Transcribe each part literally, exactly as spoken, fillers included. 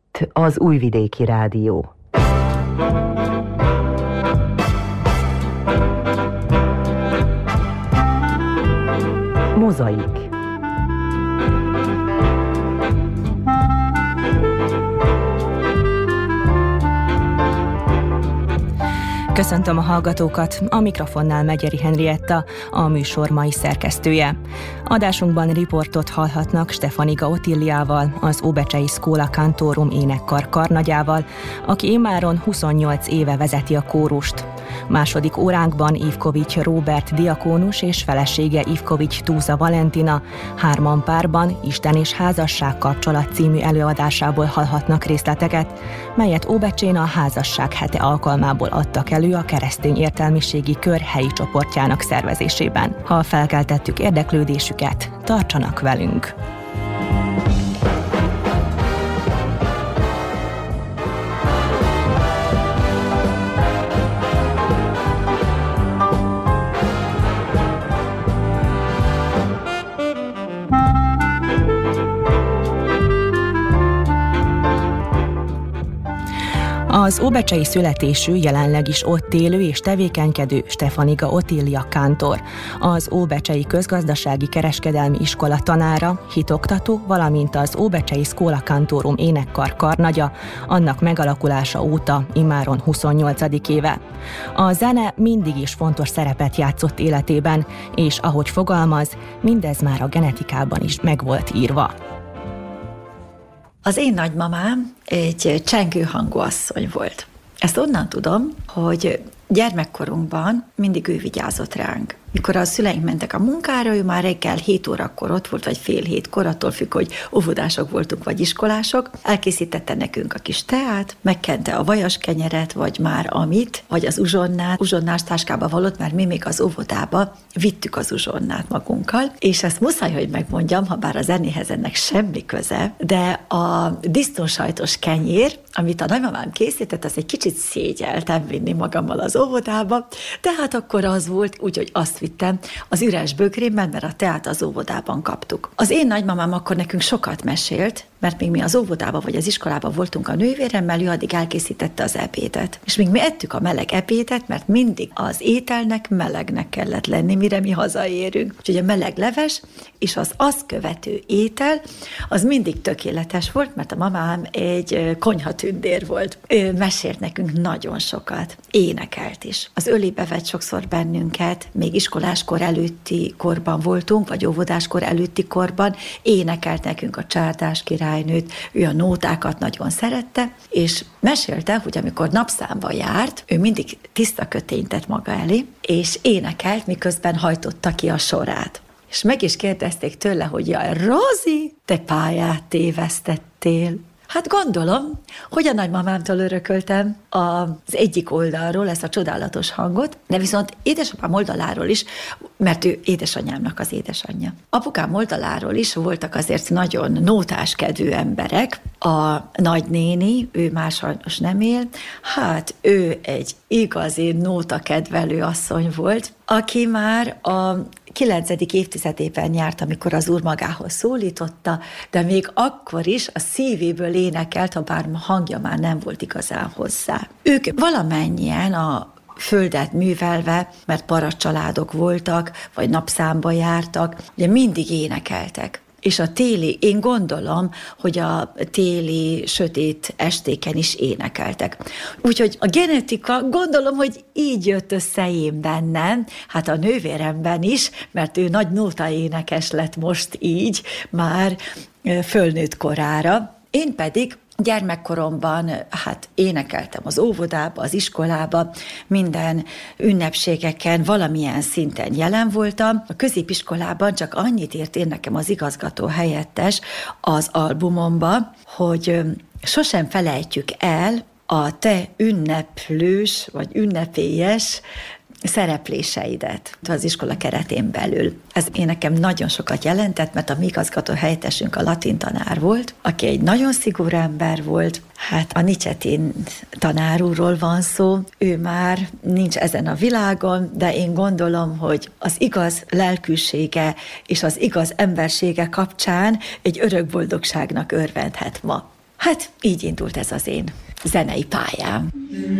Itt az Újvidéki Rádió. Mozaik. Köszöntöm a hallgatókat, a mikrofonnál Megyeri Henrietta, a műsor mai szerkesztője. Adásunkban riportot hallhatnak Stefaniga Otilliával, az Óbecsei Schola Cantorum énekkar karnagyával, aki immáron huszonnyolc éve vezeti a kórust. Második óránkban Ivkovics Róbert diakónus és felesége Ivkovics Túza Valentina hárman párban Isten és házasság kapcsolat című előadásából hallhatnak részleteket, melyet Óbecsén a házasság hete alkalmából adtak elő a keresztény értelmiségi kör helyi csoportjának szervezésében. Ha felkeltettük érdeklődésüket, tartsanak velünk! Az óbecsei születésű, jelenleg is ott élő és tevékenykedő Stefaniga Otillia kántor, az Óbecsei Közgazdasági Kereskedelmi Iskola tanára, hitoktató, valamint az Óbecsei Schola Cantorum énekkar karnagya, annak megalakulása óta immáron huszonnyolcadik éve. A zene mindig is fontos szerepet játszott életében, és ahogy fogalmaz, mindez már a genetikában is meg volt írva. Az én nagymamám egy csengő hangú asszony volt. Ezt onnan tudom, hogy gyermekkorunkban mindig ő vigyázott ránk. Mikor a szüleink mentek a munkára, ő már reggel hét órakor ott volt, vagy fél hétkor, attól függ, hogy óvodások voltunk, vagy iskolások. Elkészítette nekünk a kis teát, megkente a vajas kenyeret, vagy már amit, vagy az uzsonnát. Uzsonnás táskába valott, mert mi még az óvodába vittük az uzsonnát magunkkal. És ezt muszáj, hogy megmondjam, ha bár a zenéhez ennek semmi köze, de a disznósajtos kenyér, amit a nagymamám készített, az egy kicsit szégyeltem vinni magammal az óvodába, tehát akkor az volt, úgyhogy azt vittem az üres bögrémben, mert a teát az óvodában kaptuk. Az én nagymamám akkor nekünk sokat mesélt, mert még mi az óvodában vagy az iskolában voltunk a nővéremmel, ő addig elkészítette az ebédet. És még mi ettük a meleg ebédet, mert mindig az ételnek melegnek kellett lenni, mire mi hazaérünk. Úgyhogy a meleg leves és az azt követő étel, az mindig tökéletes volt, mert a mamám egy konyhatündér volt. Ő mesélt nekünk nagyon sokat, énekelt is. Az ölébe vett sokszor bennünket, még iskoláskor előtti korban voltunk, vagy óvodáskor előtti korban, énekelt nekünk a Csárdás királynőt, ő a nótákat nagyon szerette, és mesélte, hogy amikor napszámba járt, ő mindig tiszta kötényt tett maga elé, és énekelt, miközben hajtotta ki a sorát. És meg is kérdezték tőle, hogy jaj, Rozi, te pályát tévesztettél. Hát gondolom, hogy a nagymamámtól örököltem az egyik oldalról ezt a csodálatos hangot, de viszont édesapám oldaláról is, mert ő édesanyámnak az édesanyja. Apukám oldaláról is voltak azért nagyon nótáskedvű emberek. A nagynéni, ő már sajnos nem él, hát ő egy igazi nótakedvelő asszony volt, aki már a kilencedik évtizedében járt, amikor az úr magához szólította, de még akkor is a szívéből énekelt, ha bár hangja már nem volt igazán hozzá. Ők valamennyien a földet művelve, mert parasztcsaládok voltak, vagy napszámba jártak, ugye mindig énekeltek. És a téli, én gondolom, hogy a téli sötét estéken is énekeltek. Úgyhogy a genetika, gondolom, hogy így jött össze én bennem, hát a nővéremben is, mert ő nagy nótaénekes lett most így, már fölnőtt korára. Én pedig gyermekkoromban hát énekeltem az óvodába, az iskolába, minden ünnepségeken valamilyen szinten jelen voltam. A középiskolában csak annyit írt én nekem az igazgató helyettes az albumomba, hogy sosem felejtjük el a te ünneplős vagy ünnepélyes szerepléseidet az iskola keretén belül. Ez én nekem nagyon sokat jelentett, mert a mi igazgató helyettesünk a latin tanár volt, aki egy nagyon szigorú ember volt. Hát a Nicsetin tanár úrról van szó, ő már nincs ezen a világon, de én gondolom, hogy az igaz lelkűsége és az igaz embersége kapcsán egy örök boldogságnak örvendhet ma. Hát így indult ez az én zenei pályám.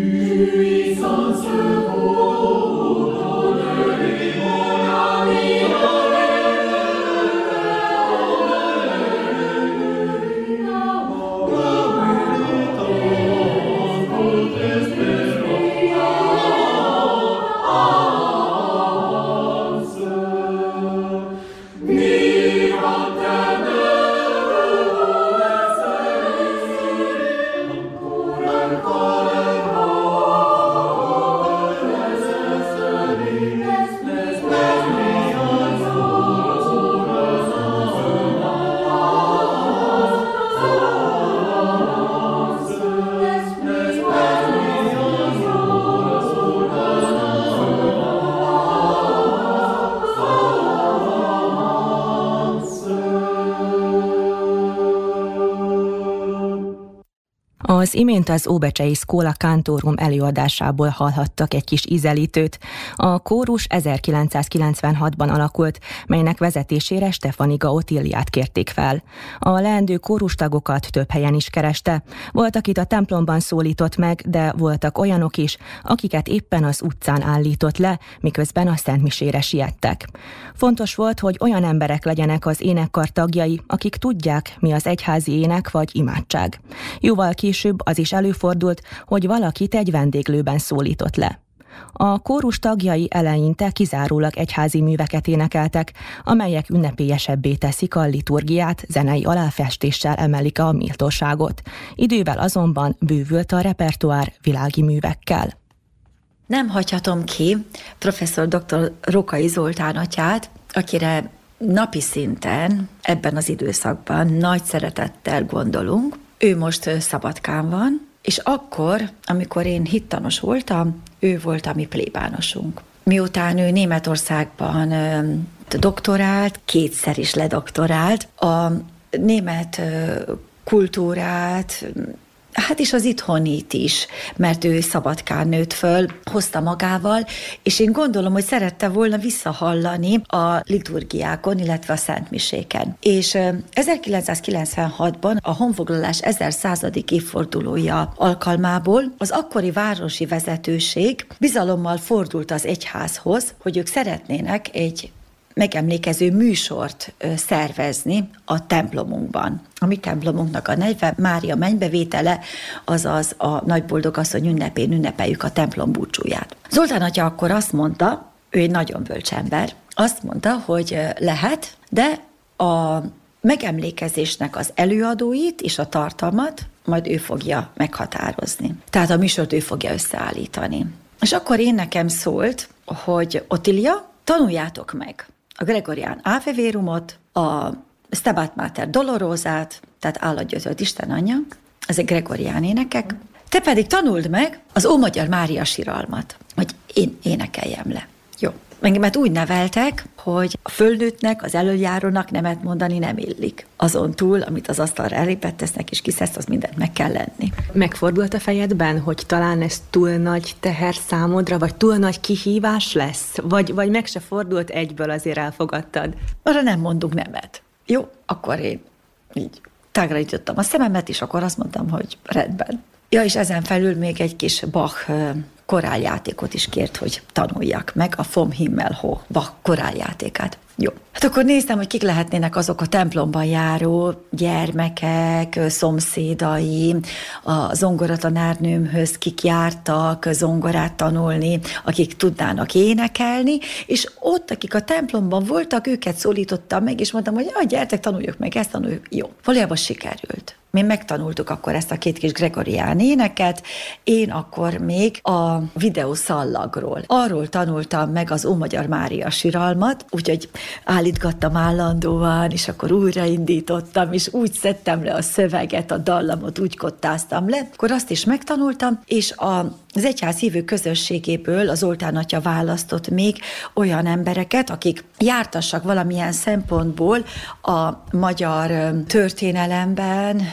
Az imént az Óbecsei Schola Cantorum előadásából hallhattak egy kis ízelítőt. A kórus ezerkilencszázkilencvenhatban alakult, melynek vezetésére Stefaniga Otilliát kérték fel. A leendő kórustagokat több helyen is kereste. Volt, akit a templomban szólított meg, de voltak olyanok is, akiket éppen az utcán állított le, miközben a szentmisére siettek. Fontos volt, hogy olyan emberek legyenek az énekkar tagjai, akik tudják, mi az egyházi ének vagy imádság. Jóval később az is előfordult, hogy valakit egy vendéglőben szólított le. A kórus tagjai eleinte kizárólag egyházi műveket énekeltek, amelyek ünnepélyesebbé teszik a liturgiát, zenei aláfestéssel emelik a méltóságot. Idővel azonban bővült a repertoár világi művekkel. Nem hagyhatom ki professzor dr. Rokai Zoltán atyát, akire napi szinten ebben az időszakban nagy szeretettel gondolunk. Ő most Szabadkán van, és akkor, amikor én hittanos voltam, ő volt a mi plébánosunk. Miután ő Németországban doktorált, kétszer is ledoktorált, a német kultúrát, hát és az itthonit is, mert ő Szabadkán nőtt föl, hozta magával, és én gondolom, hogy szerette volna visszahallani a liturgiákon, illetve a szentmiséken. És ezerkilencszázkilencvenhatban a honfoglalás ezerszázadik évfordulója alkalmából az akkori városi vezetőség bizalommal fordult az egyházhoz, hogy ők szeretnének egy megemlékező műsort szervezni a templomunkban. A mi templomunknak a neve Mária mennybevétele, azaz a Nagyboldogasszony ünnepén ünnepeljük a templom búcsúját. Zoltán atya akkor azt mondta, ő egy nagyon bölcs ember, azt mondta, hogy lehet, de a megemlékezésnek az előadóit és a tartalmat majd ő fogja meghatározni. Tehát a műsort ő fogja összeállítani. És akkor én nekem szólt, hogy Otilia, tanuljátok meg a Gregorián Ave Verumot, a Stabat Mater Dolorózát, tehát állatgyötört Isten anyja, ezek gregorián énekek, te pedig tanuld meg az Ómagyar Mária siralmat, hogy én énekeljem le. Jó. Engemet úgy neveltek, hogy a fölnőttnek, az elöljárónak nemet mondani nem illik. Azon túl, amit az asztalra elépett tesznek és kiszesz, az mindent meg kell lenni. Megfordult a fejedben, hogy talán ez túl nagy teher számodra, vagy túl nagy kihívás lesz? Vagy, vagy meg se fordult, egyből azért elfogadtad? Arra nem mondunk nemet. Jó, akkor én így tágrányítottam a szememet, és akkor azt mondtam, hogy rendben. Ja, és ezen felül még egy kis Bach koráljátékot is kért, hogy tanuljak meg, a Vom Himmel Hoch Bach koráljátékát. Jó. Hát akkor néztem, hogy kik lehetnének azok a templomban járó gyermekek, szomszédai, a zongoratanárnőmhöz kik jártak zongorát tanulni, akik tudnának énekelni, és ott, akik a templomban voltak, őket szólítottam meg, és mondtam, hogy gyertek, tanuljuk meg ezt, tanuljuk. Jó. Valójában sikerült. Mi megtanultuk akkor ezt a két kis gregorián éneket, én akkor még a videószallagról. Arról tanultam meg az Ómagyar Mária siralmat, úgyhogy állítgattam állandóan, és akkor újraindítottam, és úgy szedtem le a szöveget, a dallamot, úgy kottáztam le. Akkor azt is megtanultam, és a Az egyház hívő közösségéből az Zoltán atya választott még olyan embereket, akik jártassak valamilyen szempontból a magyar történelemben,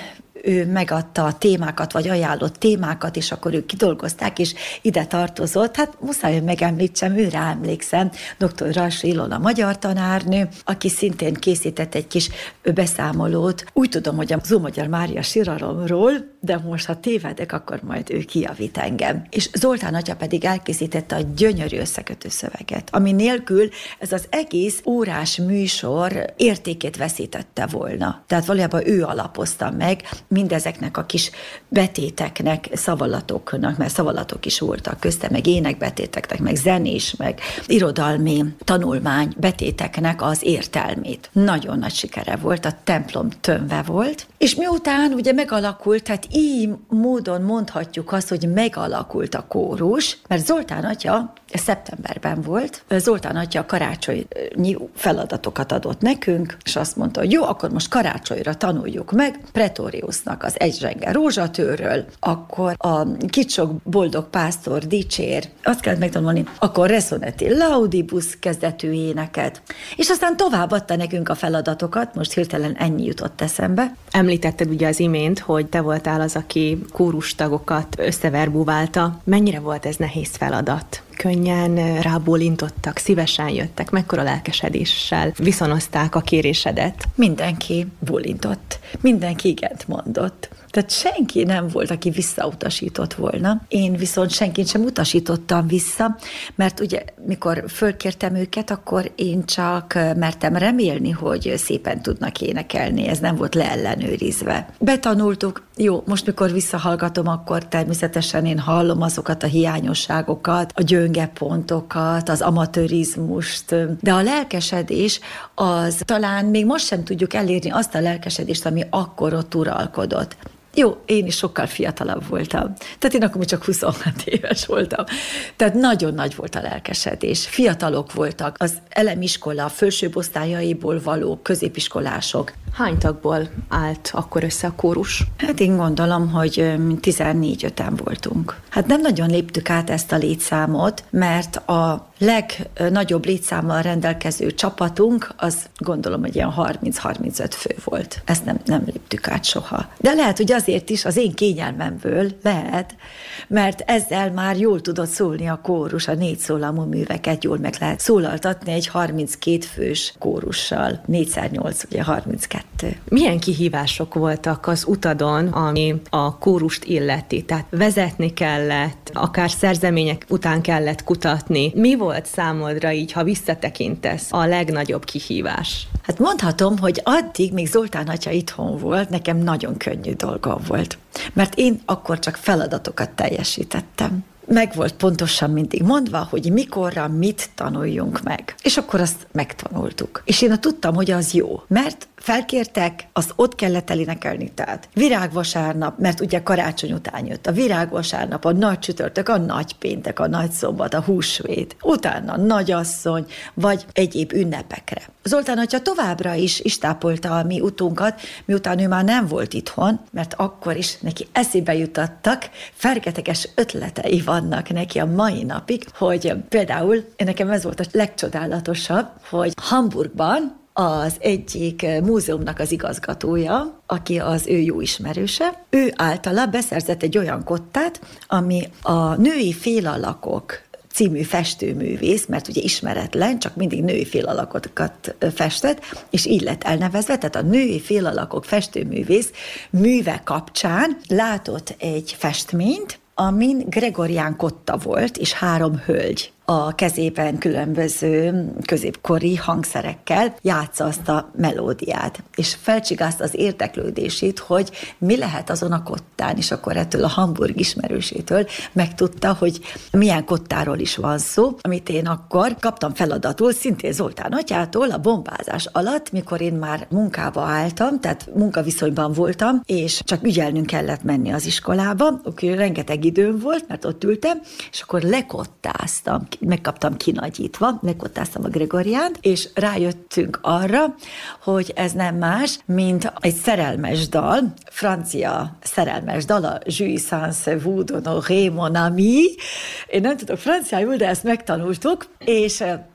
ő megadta a témákat, vagy ajánlott témákat, és akkor ők kidolgozták, és ide tartozott. Hát muszáj, hogy megemlítsem, őre emlékszem, dr. Ralsi Ilona magyar tanárnő, aki szintén készített egy kis beszámolót. Úgy tudom, hogy az Ómagyar Mária síralomról, de most, ha tévedek, akkor majd ő kijavít engem. És Zoltán atya pedig elkészítette a gyönyörű összekötő szöveget, ami nélkül ez az egész órás műsor értékét veszítette volna. Tehát valójában ő alapozta meg mindezeknek a kis betéteknek, szavalatoknak, mert szavalatok is voltak közte, meg énekbetéteknek, meg zenés, meg irodalmi tanulmány betéteknek az értelmét. Nagyon nagy sikere volt, a templom tömve volt, és miután ugye megalakult, tehát így módon mondhatjuk azt, hogy megalakult a kórus, mert Zoltán atya szeptemberben volt, Zoltán atya karácsonyi feladatokat adott nekünk, és azt mondta, hogy jó, akkor most karácsonyra tanuljuk meg Pretoriusnak az egyzsenge rózsatőről, akkor a Kicsok boldog pásztor dicsér, azt kellett megtanulni, akkor Resonetti Laudibus kezdetű éneket, és aztán továbbadta nekünk a feladatokat, most hirtelen ennyi jutott eszembe. Említetted ugye az imént, hogy te voltál az, aki kórustagokat összeverbúválta. Mennyire volt ez nehéz feladat? Könnyen rábólintottak, szívesen jöttek, mekkora lelkesedéssel viszonozták a kérésedet? Mindenki bólintott, mindenki igent mondott. Tehát senki nem volt, aki visszautasított volna. Én viszont senkit sem utasítottam vissza, mert ugye mikor fölkértem őket, akkor én csak mertem remélni, hogy szépen tudnak énekelni, ez nem volt leellenőrizve. Betanultuk, jó, most mikor visszahallgatom, akkor természetesen én hallom azokat a hiányosságokat, a gyönge pontokat, az amatőrizmust, de a lelkesedés az talán még most sem tudjuk elérni azt a lelkesedést, ami akkor ott uralkodott. Jó, én is sokkal fiatalabb voltam. Tehát én akkor még csak huszonhat éves voltam. Tehát nagyon nagy volt a lelkesedés. Fiatalok voltak, az elemiskola, a felsőbb osztályaiból való középiskolások. Hány tagból állt akkor össze a kórus? Hát én gondolom, hogy tizennégy-öten voltunk. Hát nem nagyon léptük át ezt a létszámot, mert a legnagyobb létszámmal rendelkező csapatunk, az gondolom, hogy ilyen harminc-harmincöt fő volt. Ezt nem, nem léptük át soha. De lehet, hogy azért is az én kényelmemből lehet, mert ezzel már jól tudott szólni a kórus, a négy szólamú műveket jól meg lehet szólaltatni egy harminckét fős kórussal. négyszer nyolc, ugye harminckettő. Milyen kihívások voltak az utadon, ami a kórust illeti? Tehát vezetni kellett, akár szerzemények után kellett kutatni. Mi volt számodra így, ha visszatekintesz, a legnagyobb kihívás? Hát mondhatom, hogy addig, még Zoltán atya itthon volt, nekem nagyon könnyű dolgom volt. Mert én akkor csak feladatokat teljesítettem. Meg volt pontosan mindig mondva, hogy mikorra mit tanuljunk meg. És akkor azt megtanultuk. És én tudtam, hogy az jó, mert felkértek, azt ott kellett elénekelni, tehát virágvasárnap, mert ugye karácsony után jött a virágvasárnap, a nagy csütörtök, a nagy péntek, a nagy szombat, a húsvét, utána a nagyasszony, vagy egyéb ünnepekre. Zoltán atya továbbra is istápolta a mi utunkat, miután ő már nem volt itthon, mert akkor is neki eszébe jutottak, fergeteges ötletei vannak neki a mai napig, hogy például nekem ez volt a legcsodálatosabb, hogy Hamburgban az egyik múzeumnak az igazgatója, aki az ő jó ismerőse, ő általa beszerzett egy olyan kottát, ami a Női félalakok című festőművész, mert ugye ismeretlen, csak mindig női félalakokat festett, és így lett elnevezve, tehát a Női félalakok festőművész műve kapcsán látott egy festményt, amin Gregorián kotta volt, és három hölgy a kezében különböző középkori hangszerekkel játsza azt a melódiát, és felcsigázta az érdeklődését, hogy mi lehet azon a kottán, és akkor ettől a Hamburg ismerősétől megtudta, hogy milyen kottáról is van szó, amit én akkor kaptam feladatul, szintén Zoltán atyától a bombázás alatt, mikor én már munkába álltam, tehát munkaviszonyban voltam, és csak ügyelnünk kellett menni az iskolába, akkor rengeteg időm volt, mert ott ültem, és akkor lekottáztam, megkaptam kinagyítva, megkottáztam a Gregoriánt, és rájöttünk arra, hogy ez nem más, mint egy szerelmes dal, francia szerelmes dal, a Jouissance vous d'honorer mon ami. Én nem tudok franciául, de ezt megtanultuk, és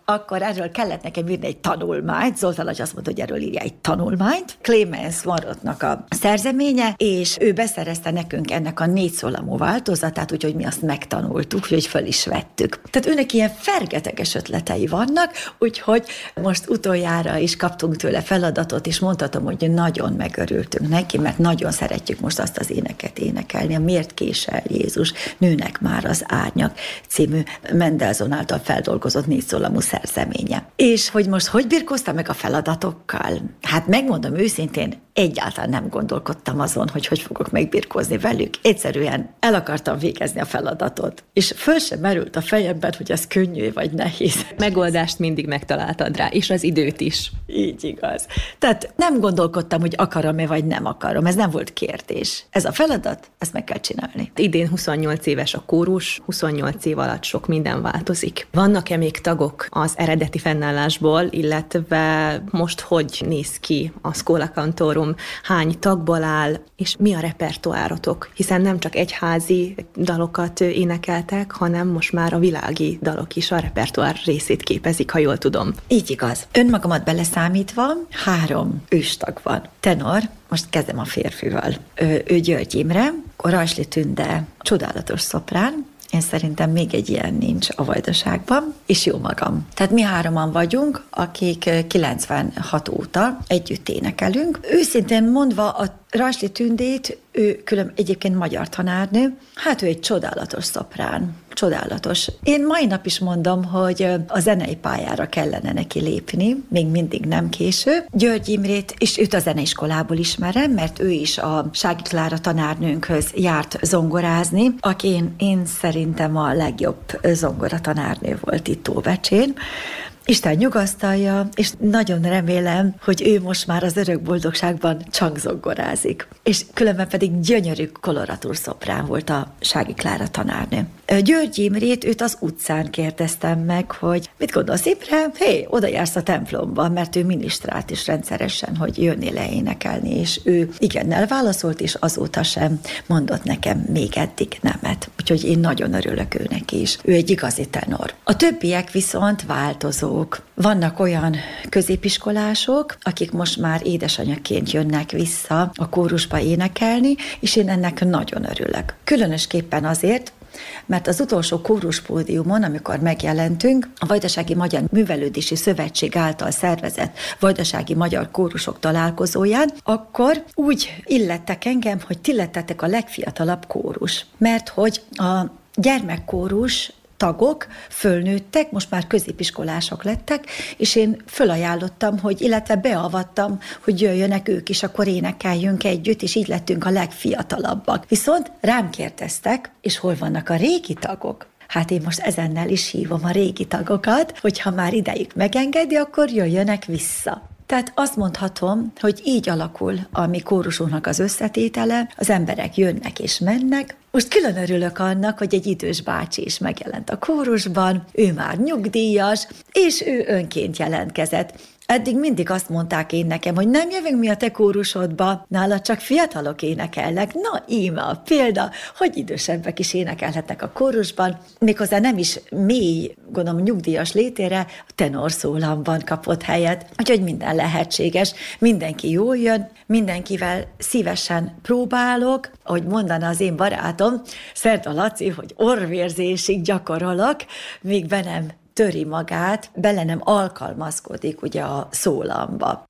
akkor erről kellett nekem írni egy tanulmányt. Zoltán Laci azt mondta, hogy erről írja egy tanulmányt. Clemens Marotnak a szerzeménye, és ő beszerezte nekünk ennek a négy szólamú változatát, úgyhogy mi azt megtanultuk, úgyhogy föl is vettük. Tehát őnek ilyen fergeteges ötletei vannak, úgyhogy most utoljára is kaptunk tőle feladatot, és mondhatom, hogy nagyon megörültünk neki, mert nagyon szeretjük most azt az éneket énekelni, a Miért késel Jézus, Nőnek már az árnyak című Mendelssohn által feldolgozott négyszólamú szerzeménye. És hogy most hogy birkóztam meg a feladatokkal? Hát megmondom őszintén, egyáltalán nem gondolkodtam azon, hogy hogy fogok megbirkózni velük. Egyszerűen el akartam végezni a feladatot. És föl sem merült a fejemben, hogy ez könnyű vagy nehéz. Megoldást mindig megtaláltad rá, és az időt is. Így igaz. Tehát nem gondolkodtam, hogy akarom-e vagy nem akarom. Ez nem volt kérdés. Ez a feladat, ezt meg kell csinálni. Idén huszonnyolc éves a kórus, huszonnyolc év alatt sok minden változik. Vannak-e még tagok az eredeti fennállásból, illetve most hogy néz ki a Schola Cantorum, hány tagból áll, és mi a repertoárotok? Hiszen nem csak egyházi dalokat énekeltek, hanem most már a világi dalok is a repertoár részét képezik, ha jól tudom. Így igaz. Önmagamat beleszámítva három őstag van. Tenor, most kezdem a férfival. Ő, ő György Imre, Rajsli Tünde, csodálatos szoprán, én szerintem még egy ilyen nincs a Vajdaságban, és jó magam. Tehát mi hároman vagyunk, akik kilencvenhat óta együtt énekelünk. Őszintén mondva, a Rajsli Tündét, ő külön egyébként magyar tanárnő, hát ő egy csodálatos szoprán. Csodálatos. Én mai nap is mondom, hogy a zenei pályára kellene neki lépni, még mindig nem késő. György Imrét, és őt a zeneiskolából ismerem, mert ő is a Sági Klára tanárnőnkhöz járt zongorázni, aki én, én szerintem a legjobb zongoratanárnő volt itt Óbecsén. Isten nyugasztalja, és nagyon remélem, hogy ő most már az örök boldogságban csak zongorázik. És különben pedig gyönyörű koloratúr szoprán volt a Sági Klára tanárnő. György Imrét, őt az utcán kérdeztem meg, hogy mit gondolsz, Imre? Hé, oda jársz a templomba, mert ő minisztrált is rendszeresen, hogy jönnél le énekelni, és ő igennel válaszolt, és azóta sem mondott nekem még eddig nemet. Úgyhogy én nagyon örülök őnek is. Ő egy igazi tenor. A többiek viszont változók. Vannak olyan középiskolások, akik most már édesanyaként jönnek vissza a kórusba énekelni, és én ennek nagyon örülök. Különösképpen azért, mert az utolsó kóruspódiumon, amikor megjelentünk, a Vajdasági Magyar Művelődési Szövetség által szervezett Vajdasági Magyar Kórusok találkozóján, akkor úgy illettek engem, hogy ti lettetek a legfiatalabb kórus. Mert hogy a gyermekkórus tagok fölnőttek, most már középiskolások lettek, és én fölajánlottam, hogy, illetve beavattam, hogy jöjjönek ők is, akkor énekeljünk együtt, és így lettünk a legfiatalabbak. Viszont rám kérdeztek, és hol vannak a régi tagok? Hát én most ezennel is hívom a régi tagokat, hogyha már idejük megengedi, akkor jöjjönek vissza. Tehát azt mondhatom, hogy így alakul a mi kórusunknak az összetétele, az emberek jönnek és mennek. Most külön örülök annak, hogy egy idős bácsi is megjelent a kórusban, ő már nyugdíjas, és ő önként jelentkezett. Eddig mindig azt mondták én nekem, hogy nem jövünk mi a te kórusodba, nála csak fiatalok énekelnek. Na, íme a példa, hogy idősebbek is énekelhetnek a kórusban, méghozzá nem is mély, gondolom, nyugdíjas létére, a tenorszólamban kapott helyet. Úgyhogy minden lehetséges, mindenki jól jön, mindenkivel szívesen próbálok, ahogy mondaná az én barátom, Szerda Laci, hogy orvérzésig gyakorolok, míg be nem töri magát, bele nem alkalmazkodik ugye a szólamba.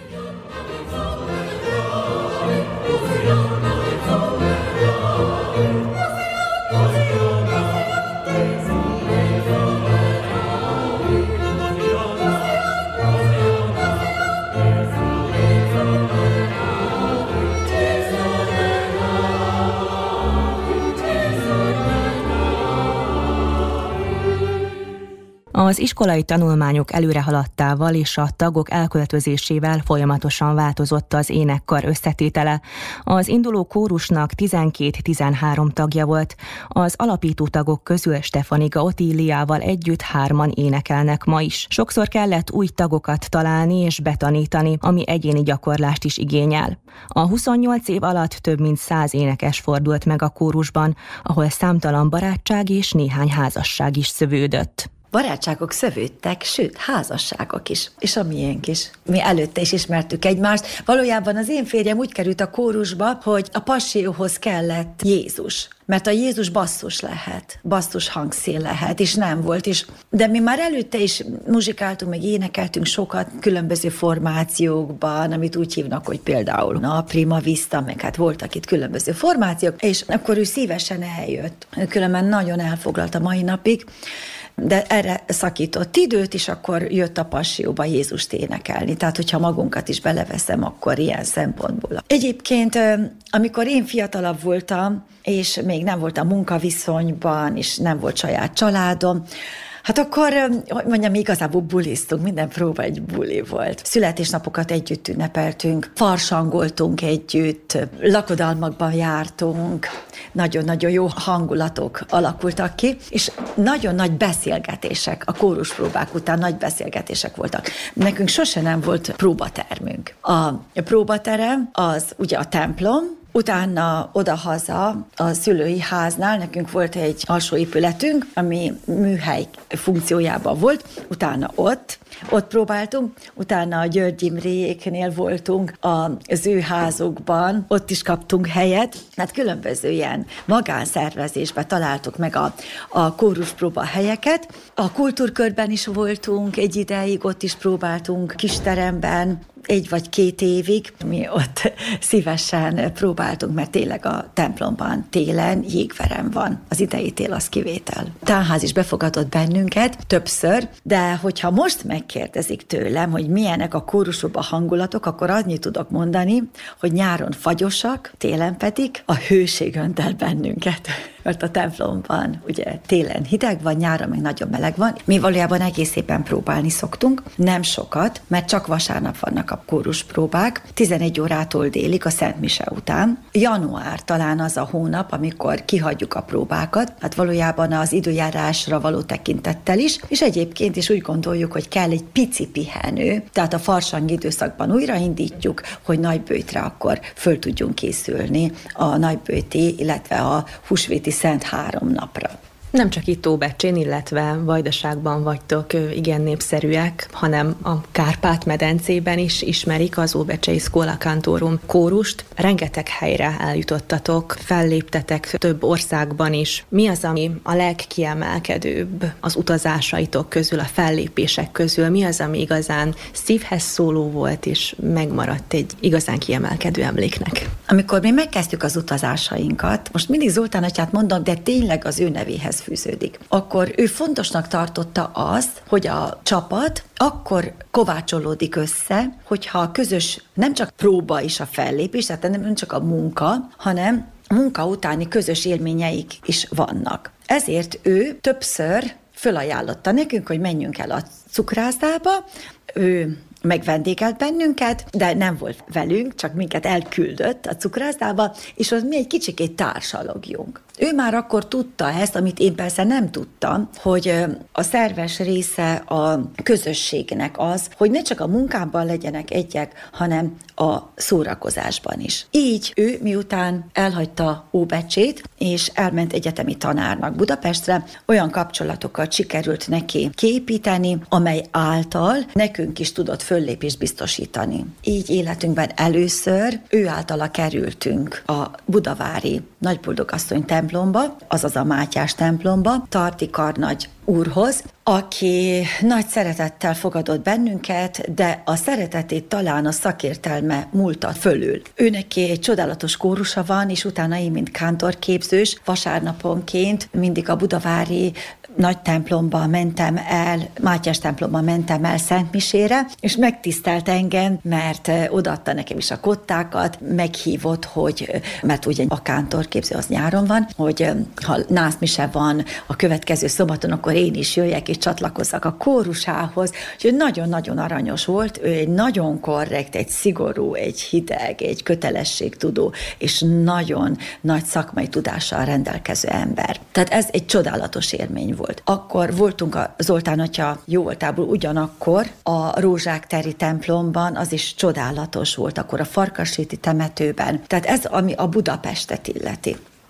Az iskolai tanulmányok előrehaladtával és a tagok elköltözésével folyamatosan változott az énekkar összetétele. Az induló kórusnak tizenkét-tizenhárom tagja volt, az alapító tagok közül Stefaniga Otíliával együtt hárman énekelnek ma is. Sokszor kellett új tagokat találni és betanítani, ami egyéni gyakorlást is igényel. A huszonnyolc év alatt több mint száz énekes fordult meg a kórusban, ahol számtalan barátság és néhány házasság is szövődött. barátságok szövődtek, sőt, házasságok is, és a miénk is. Mi előtte is ismertük egymást. Valójában az én férjem úgy került a kórusba, hogy a passió kellett Jézus. Mert a Jézus basszus lehet, basszus hangszín lehet, és nem volt is. De mi már előtte is muzsikáltunk, meg énekeltünk sokat különböző formációkban, amit úgy hívnak, hogy például na, Prima Vista, meg hát voltak itt különböző formációk, és akkor ő szívesen eljött. Különben nagyon elfoglalt a mai napig, de erre szakított időt, és akkor jött a passióba Jézust énekelni. Tehát, hogyha magunkat is beleveszem, akkor ilyen szempontból. Egyébként, amikor én fiatalabb voltam, és még nem voltam munkaviszonyban, és nem volt saját családom, hát akkor, hogy mondjam, igazából buliztunk, minden próba egy buli volt. Születésnapokat együtt ünnepeltünk, farsangoltunk együtt, lakodalmakban jártunk, nagyon-nagyon jó hangulatok alakultak ki, és nagyon nagy beszélgetések, a kóruspróbák után nagy beszélgetések voltak. Nekünk sose nem volt próbatermünk. A próbaterem az ugye a templom, utána odahaza a szülői háznál nekünk volt egy alsó épületünk, ami műhely funkciójában volt, utána ott, ott próbáltunk, utána a György Imréknél voltunk az ő házukban, ott is kaptunk helyet, hát különböző ilyen magánszervezésben találtuk meg a, a kóruspróba helyeket. A kultúrkörben is voltunk egy ideig, ott is próbáltunk kisteremben, egy vagy két évig, mi ott szívesen próbáltunk, mert tényleg a templomban télen jégverem van. Az idei tél az kivétel. Tánház is befogadott bennünket többször, de hogyha most megkérdezik tőlem, hogy milyenek a kórusokba hangulatok, akkor annyit tudok mondani, hogy nyáron fagyosak, télen pedig a hőség önt el bennünket. Mert a templomban ugye télen hideg van, nyáron meg nagyon meleg van. Mi valójában egész szépen próbálni szoktunk, nem sokat, mert csak vasárnap vannak a kóruspróbák, tizenegy órától délig a Szent Mise után. Január talán az a hónap, amikor kihagyjuk a próbákat, hát valójában az időjárásra való tekintettel is, és egyébként is úgy gondoljuk, hogy kell egy pici pihenő, tehát a farsang időszakban újraindítjuk, hogy Nagyböjtre akkor föl tudjunk készülni a nagyböjti, illetve a húsvéti Szent három napra. Nem csak itt Óbecsén, illetve Vajdaságban vagytok igen népszerűek, hanem a Kárpát-medencében is ismerik az Óbecsei Schola Cantorum kórust. Rengeteg helyre eljutottatok, felléptetek több országban is. Mi az, ami a legkiemelkedőbb az utazásaitok közül, a fellépések közül? Mi az, ami igazán szívhez szóló volt, és megmaradt egy igazán kiemelkedő emléknek? Amikor mi megkezdtük az utazásainkat, most mindig Zoltán atyát mondom, de tényleg az ő nevéhez fűződik. Akkor ő fontosnak tartotta azt, hogy a csapat akkor kovácsolódik össze, hogyha a közös nem csak próba is a fellépés, tehát nem csak a munka, hanem a munka utáni közös élményeik is vannak. Ezért ő többször fölajánlotta nekünk, hogy menjünk el a cukrászdába, ő megvendégelt bennünket, de nem volt velünk, csak minket elküldött a cukrászdába, és ott mi egy kicsikét társalogjunk. Ő már akkor tudta ezt, amit én persze nem tudtam, hogy a szerves része a közösségnek az, hogy ne csak a munkában legyenek egyek, hanem a szórakozásban is. Így ő miután elhagyta Óbecsét, és elment egyetemi tanárnak Budapestre, olyan kapcsolatokat sikerült neki kiépíteni, amely által nekünk is tudott föllépést biztosítani. Így életünkben először ő általa kerültünk a budavári Nagyboldogasszony templomba, azaz a Mátyás templomba, Tarti Karnagy úrhoz, aki nagy szeretettel fogadott bennünket, de a szeretetét talán a szakértelme múlta fölül. Őneki egy csodálatos kórusa van, és utána én, mint kántorképzős, vasárnaponként mindig a budavári nagy templomba mentem el, Mátyás templomba mentem el Szentmisére, és megtisztelt engem, mert odaadta nekem is a kottákat, meghívott, hogy, mert ugye a kántorképző az nyáron van, hogy ha nászmise van a következő szombaton, akkor én is jöjjek és csatlakozzak a kórusához. Úgyhogy nagyon-nagyon aranyos volt, ő egy nagyon korrekt, egy szigorú, egy hideg, egy kötelességtudó, és nagyon nagy szakmai tudással rendelkező ember. Tehát ez egy csodálatos élmény volt. Akkor voltunk a Zoltán atya jóvoltából ugyanakkor a Rózsák teri templomban, az is csodálatos volt, akkor a Farkasréti temetőben. Tehát ez, ami a Budapestet illeti.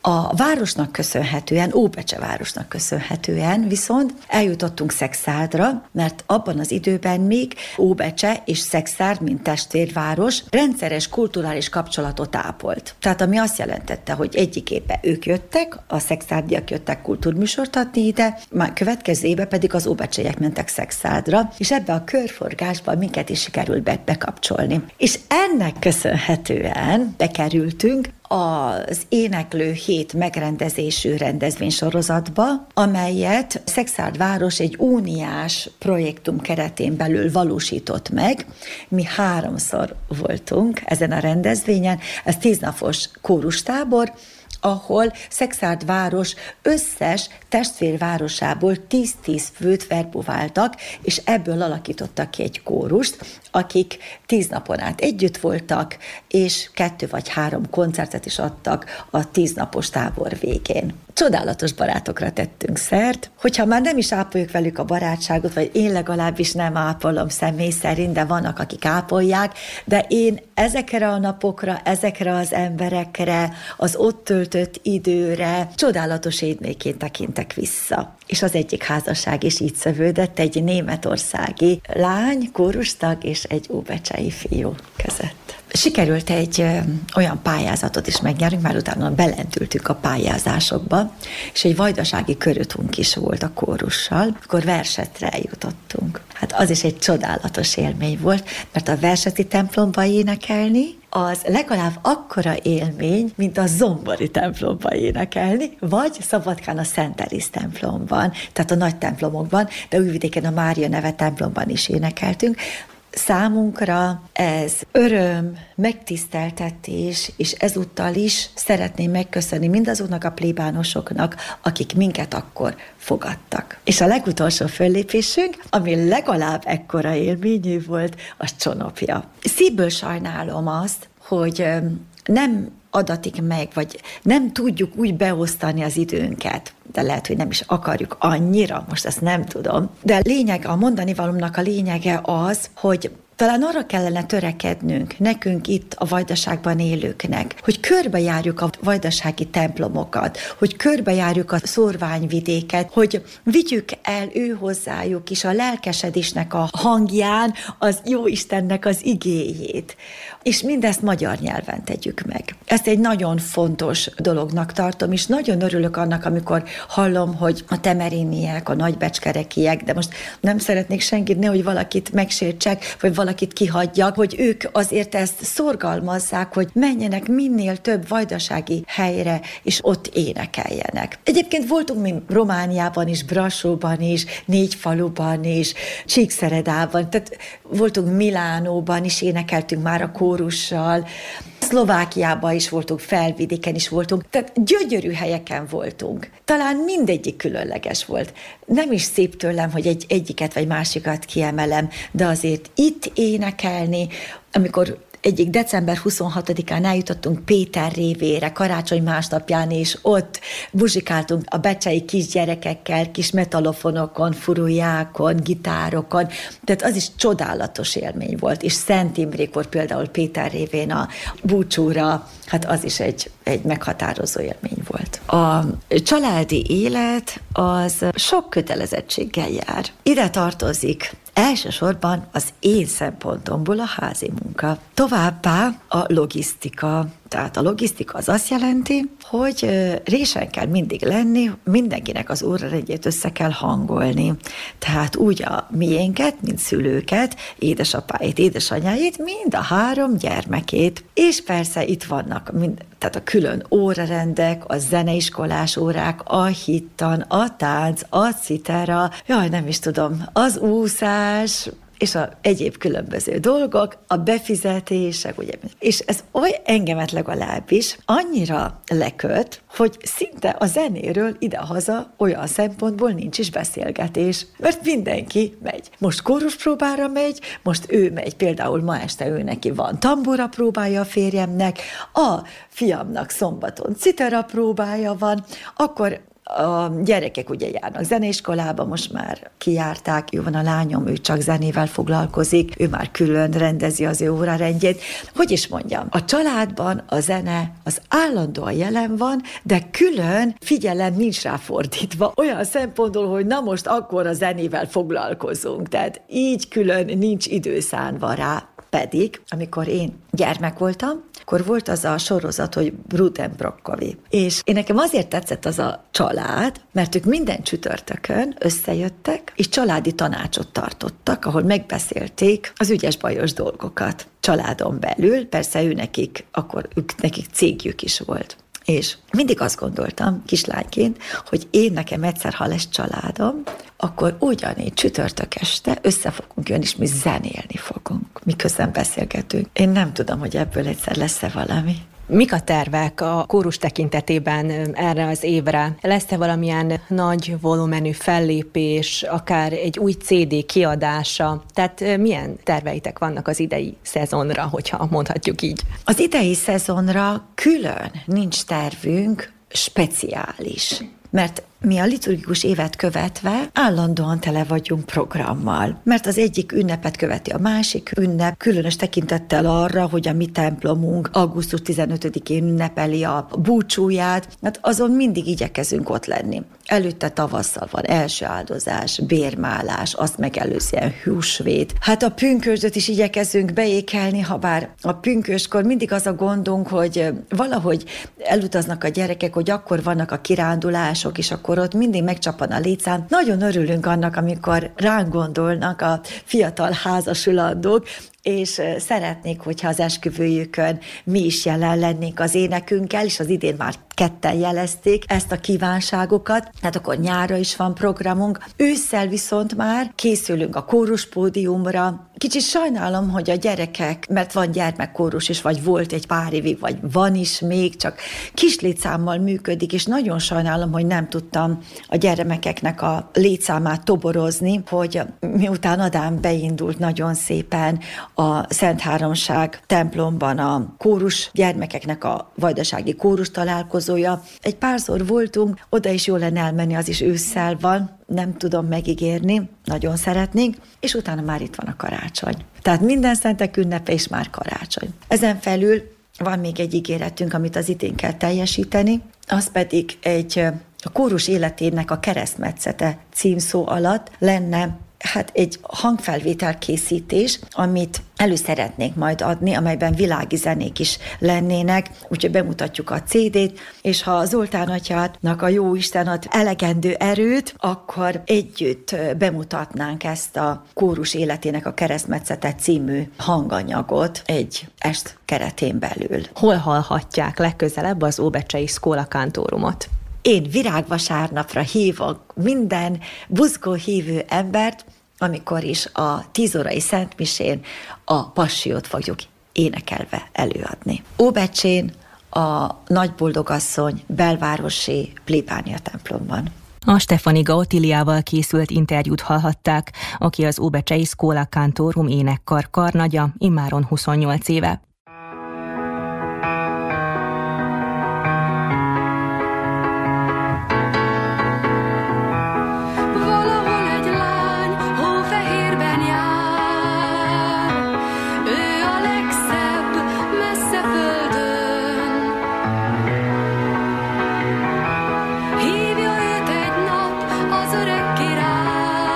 A városnak köszönhetően, Óbecse városnak köszönhetően viszont eljutottunk Szexárdra, mert abban az időben még Óbecse és Szexárd, mint testvérváros, rendszeres kulturális kapcsolatot ápolt. Tehát ami azt jelentette, hogy egyik évben ők jöttek, a szexárdiak jöttek kultúrműsort adni ide, már következő évben pedig az óbecseiek mentek Szexárdra, és ebbe a körforgásba minket is sikerült be- bekapcsolni. És ennek köszönhetően bekerültünk az Éneklő Hét megrendezésű rendezvénysorozatba, amelyet Szexárd város egy óniás projektum keretén belül valósított meg. Mi háromszor voltunk ezen a rendezvényen, ez tíznapos kórustábor, ahol Szexárd város összes testvérvárosából tíz-tíz főt verbuváltak, és ebből alakítottak ki egy kórust, akik tíz napon át együtt voltak, és kettő vagy három koncertet is adtak a tíznapos tábor végén. Csodálatos barátokra tettünk szert, hogyha már nem is ápoljuk velük a barátságot, vagy én legalábbis nem ápolom személy szerint, de vannak, akik ápolják, de én ezekre a napokra, ezekre az emberekre, az ott töltött időre csodálatos élményként tekintek vissza. És az egyik házasság is így szövődött, egy németországi lány, kórustag és egy óbecsei fiú között. Sikerült egy ö, olyan pályázatot is megnyerünk, már utána belentültünk a pályázásokba, és egy vajdasági körötünk is volt a kórussal, akkor Versetre eljutottunk. Hát az is egy csodálatos élmény volt, mert a verseti templomba énekelni, az legalább akkora élmény, mint a zombori templomban énekelni, vagy Szabadkán a Szent Elisz templomban, tehát a nagy templomokban, de Újvidéken a Mária neve templomban is énekeltünk. Számunkra ez öröm, megtiszteltetés, és ezúttal is szeretném megköszönni mindazoknak a plébánosoknak, akik minket akkor fogadtak. És a legutolsó föllépésünk, ami legalább ekkora élményű volt, az Csonopja. Szívből sajnálom azt, hogy nem adatik meg, vagy nem tudjuk úgy beosztani az időnket, de lehet, hogy nem is akarjuk annyira, most ezt nem tudom. De lényeg, a mondani valómnak a lényege az, hogy talán arra kellene törekednünk, nekünk itt a Vajdaságban élőknek, hogy körbejárjuk a vajdasági templomokat, hogy körbejárjuk a szórványvidéket, hogy vigyük el ő hozzájuk is a lelkesedésnek a hangján az Jóistennek az igéjét. És mindezt magyar nyelven tegyük meg. Ezt egy nagyon fontos dolognak tartom, és nagyon örülök annak, amikor hallom, hogy a temeriniek, a nagybecskerekiek, de most nem szeretnék senkit, nehogy valakit megsértsek, vagy valakit kihagyjak, hogy ők azért ezt szorgalmazzák, hogy menjenek minél több vajdasági helyre, és ott énekeljenek. Egyébként voltunk mi Romániában is, Brassóban is, Négyfaluban is, Csíkszeredában, tehát voltunk Milánóban is, énekeltünk már a kórussal, Szlovákiában is voltunk, Felvidéken is voltunk, tehát gyönyörű helyeken voltunk. Talán mindegyik különleges volt. Nem is szép tőlem, hogy egy, egyiket vagy másikat kiemelem, de azért itt énekelni, amikor egyik december huszonhatodikán eljutottunk Péter révére, karácsony másnapján, és ott muzsikáltunk a becsei kisgyerekekkel, kis metalofonokon, furujákon, gitárokon, tehát az is csodálatos élmény volt, és Szent Imrékor például Péter révén a búcsúra, hát az is egy, egy meghatározó élmény volt. A családi élet az sok kötelezettséggel jár. Ide tartozik elsősorban az én szempontomból a házi munka. Továbbá a logisztika. Tehát a logisztika az azt jelenti, hogy résen kell mindig lenni, mindenkinek az órarendjét össze kell hangolni. Tehát úgy a miénket, mint szülőket, édesapáit, édesanyáit, mind a három gyermekét. És persze itt vannak mind, tehát a külön órarendek, a zeneiskolás órák, a hittan, a tánc, a citera, jaj, nem is tudom, az úszás, és a egyéb különböző dolgok, a befizetések, ugye, és ez oly engemet legalábbis annyira leköt, hogy szinte a zenéről idehaza olyan szempontból nincs is beszélgetés, mert mindenki megy. Most kóruspróbára megy, most ő megy, például ma este ő neki van tambura próbája a férjemnek, a fiamnak szombaton citera próbája van, akkor a gyerekek ugye járnak zeneiskolába, most már kijárták, jó van a lányom, ő csak zenével foglalkozik, ő már külön rendezi az ő órarendjét. Hogy is mondjam, a családban a zene az állandóan jelen van, de külön figyelem nincs rá fordítva, olyan szempontból, hogy na most akkor a zenével foglalkozunk, tehát így külön nincs idő szánva rá. Pedig, amikor én gyermek voltam, akkor volt az a sorozat, hogy Brudenbrokkovi. És én nekem azért tetszett az a család, mert ők minden csütörtökön összejöttek, és családi tanácsot tartottak, ahol megbeszélték az ügyes-bajos dolgokat családon belül. Persze ő nekik, akkor ők, nekik cégjük is volt. És mindig azt gondoltam kislányként, hogy én nekem egyszer, ha lesz családom, akkor ugyanígy csütörtök este össze fogunk jönni, és mi zenélni fogunk, miközben beszélgetünk. Én nem tudom, hogy ebből egyszer lesz-e valami. Mik a tervek a kórus tekintetében erre az évre? Lesz-e valamilyen nagy volumenű fellépés, akár egy új cé dé kiadása? Tehát milyen terveitek vannak az idei szezonra, hogyha mondhatjuk így? Az idei szezonra külön nincs tervünk speciális, mert mi a liturgikus évet követve állandóan tele vagyunk programmal, mert az egyik ünnepet követi a másik ünnep, különös tekintettel arra, hogy a mi templomunk augusztus tizenötödikén ünnepeli a búcsúját, mert azon mindig igyekezünk ott lenni. Előtte tavasszal van első áldozás, bérmálás, azt megelőzően húsvét. Hát a pünkösdöt is igyekezünk beékelni, ha bár a pünköskor mindig az a gondunk, hogy valahogy elutaznak a gyerekek, hogy akkor vannak a kirándulások, és akkor ott mindig megcsapan a lécán. Nagyon örülünk annak, amikor ránk gondolnak a fiatal házasulandók, és szeretnék, hogyha az esküvőjükön mi is jelen lennénk az énekünkkel, és az idén már ketten jelezték ezt a kívánságokat, hát akkor nyárra is van programunk. Ősszel viszont már készülünk a kóruspódiumra. Kicsit sajnálom, hogy a gyerekek, mert van gyermekkórus is, vagy volt egy pár évig, vagy van is még, csak kis létszámmal működik, és nagyon sajnálom, hogy nem tudtam a gyermekeknek a létszámát toborozni, hogy miután Adám beindult nagyon szépen a Szent Háromság templomban a kórus gyermekeknek a vajdasági kórus találkozója. Egy párszor voltunk, oda is jó lenne elmenni, az is ősszel van, nem tudom megígérni, nagyon szeretnénk, és utána már itt van a karácsony. Tehát minden szentek ünnepe és már karácsony. Ezen felül van még egy ígéretünk, amit az idén kell teljesíteni, az pedig egy a kórus életének a keresztmetszete címszó alatt lenne hát egy hangfelvétel készítés, amit elő szeretnénk majd adni, amelyben világi zenék is lennének, úgyhogy bemutatjuk a cé dét, és ha Zoltán atyának a jóisten ad elegendő erőt, akkor együtt bemutatnánk ezt a kórus életének a keresztmetszete című hanganyagot egy est keretén belül. Hol hallhatják legközelebb az óbecsei Schola Cantorumot? Én virágvasárnapra hívok minden buzgó hívő embert, amikor is a tízórai szentmisén a passiót fogjuk énekelve előadni. Óbecsén a Nagyboldogasszony belvárosi plébánia templomban. A Stefaniga Otiliával készült interjút hallhatták, aki az óbecsei Schola Cantorum énekkar karnagya, immáron huszonnyolc éve.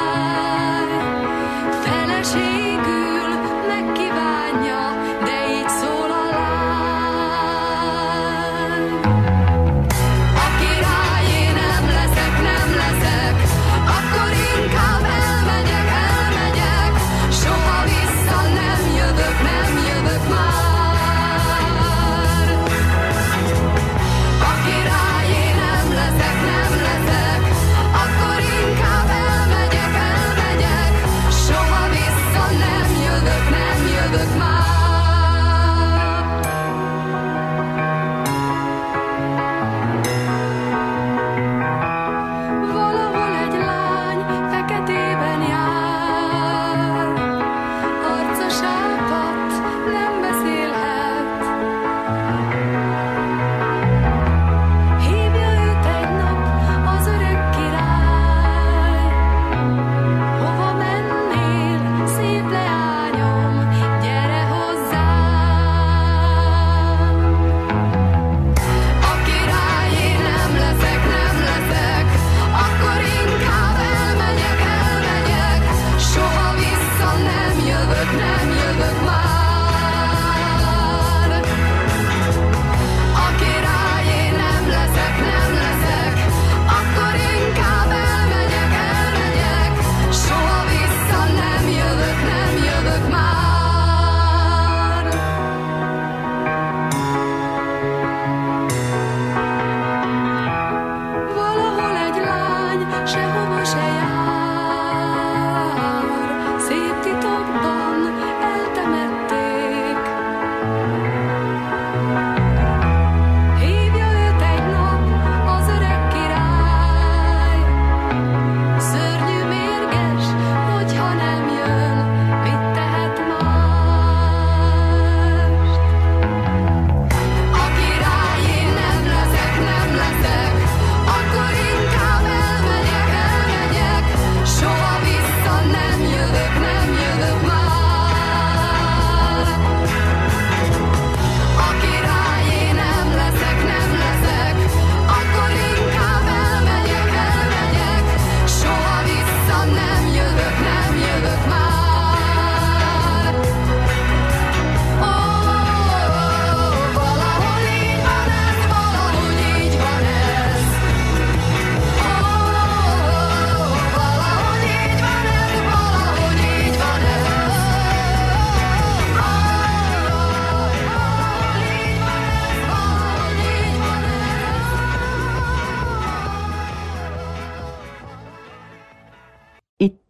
Feleségül megkívánja, de így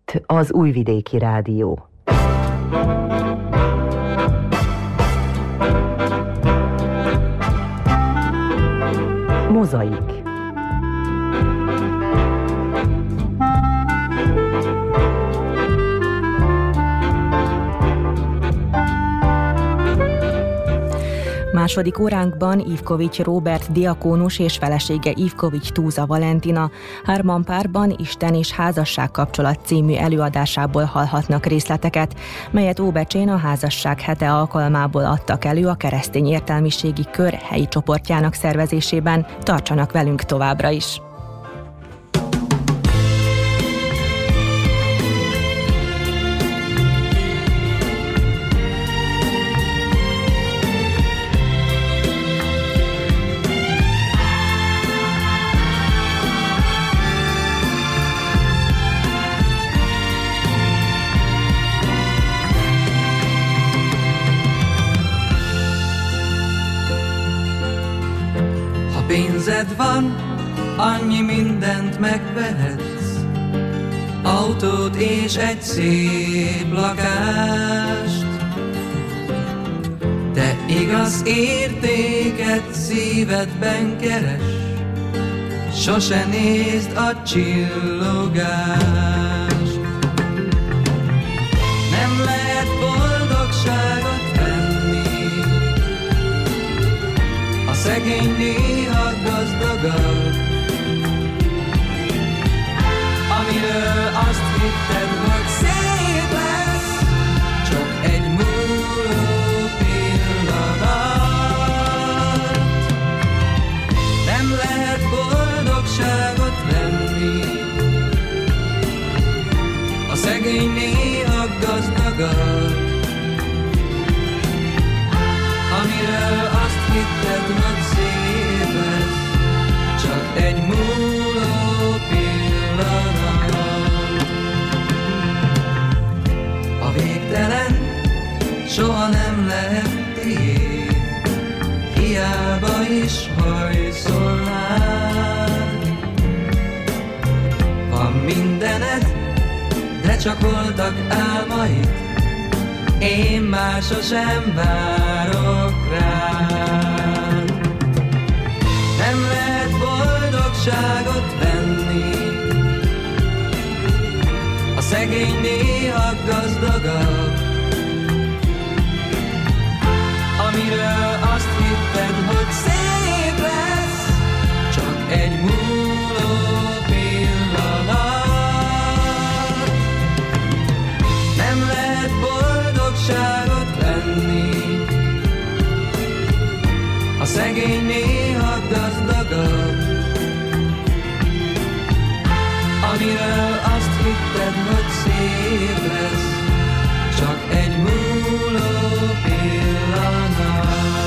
Itt az Újvidéki Rádió. Mozaik. Második óránkban Ivkovics Róbert diakónus és felesége Ivkovics Túza Valentina hárman párban Isten és házasság kapcsolat című előadásából hallhatnak részleteket, melyet Óbecsén a házasság hete alkalmából adtak elő a keresztény értelmiségi kör helyi csoportjának szervezésében. Tartsanak velünk továbbra is! Pénzed van, annyi mindent megvehetsz, autót és egy szép lakást, de igaz értéket szívedben keres, sose nézd a csillogást. Nem lehet boldogságot venni, a szegény néha gazdagabb, amiről azt hitted, hogy szép lesz, csak egy múló pillanat. Nem lehet boldogságot venni, a szegény néha gazdagabb, amiről azt hitted, hogy szép lesz, csak egy múló pillanat. A végtelen soha nem lehet tiéd, hiába is hajszolnád. Van mindened, de csak voltak álmaid, én már sosem várok rád. Nem lehet boldogságot venni, a szegény néha gazdagabb, amiről azt hitted, hogy szép lesz, csak egy múló pillanat. Nem lehet boldogságot venni, a szegény néha gazdagabb, amiről azt hitted, hogy szép lesz, csak egy múló pillanat.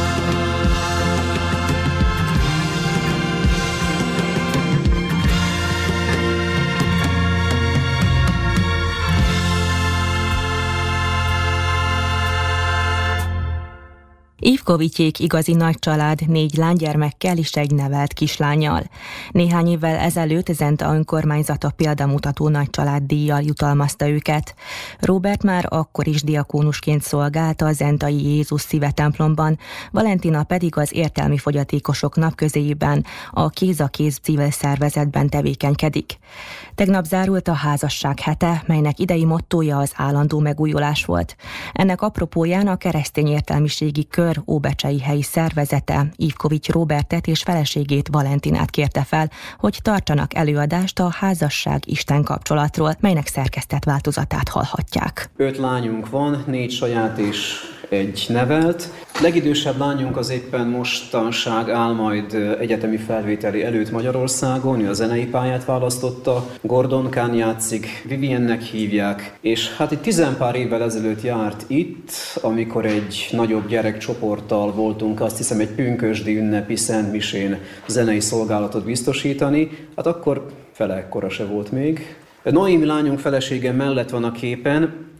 Ivkovicsék igazi nagy család, négy lánygyermekkel és egy nevelt kislánnyal. Néhány évvel ezelőtt Zenta önkormányzata példamutató nagy családdíjjal jutalmazta őket. Róbert már akkor is diakónusként szolgált a zentai Jézus Szíve templomban, Valentina pedig az értelmi fogyatékosok napközéjében a Kéz a Kéz civil szervezetben tevékenykedik. Tegnap zárult a házasság hete, melynek idei mottója az állandó megújulás volt. Ennek apropóján a keresztény értelmiségi kör óbecsei helyi szervezete Ivkovics Róbertet és feleségét Valentinát kérte fel, hogy tartsanak előadást a házasság-Isten kapcsolatról, melynek szerkesztett változatát hallhatják. Öt lányunk van, négy saját és egy nevelt. Legidősebb lányunk az éppen mostanság áll majd egyetemi felvételi előtt Magyarországon, ő a zenei pályát választotta, Gordonkán játszik, Viviennek hívják, és hát egy tizenpár évvel ezelőtt járt itt, amikor egy nagyobb gyerekcsoporttal voltunk, azt hiszem egy pünkösdi ünnepi szentmisén zenei szolgálatot biztosítani, hát akkor fele ekkora se volt még. Noémi lányunk felesége mellett van a képen,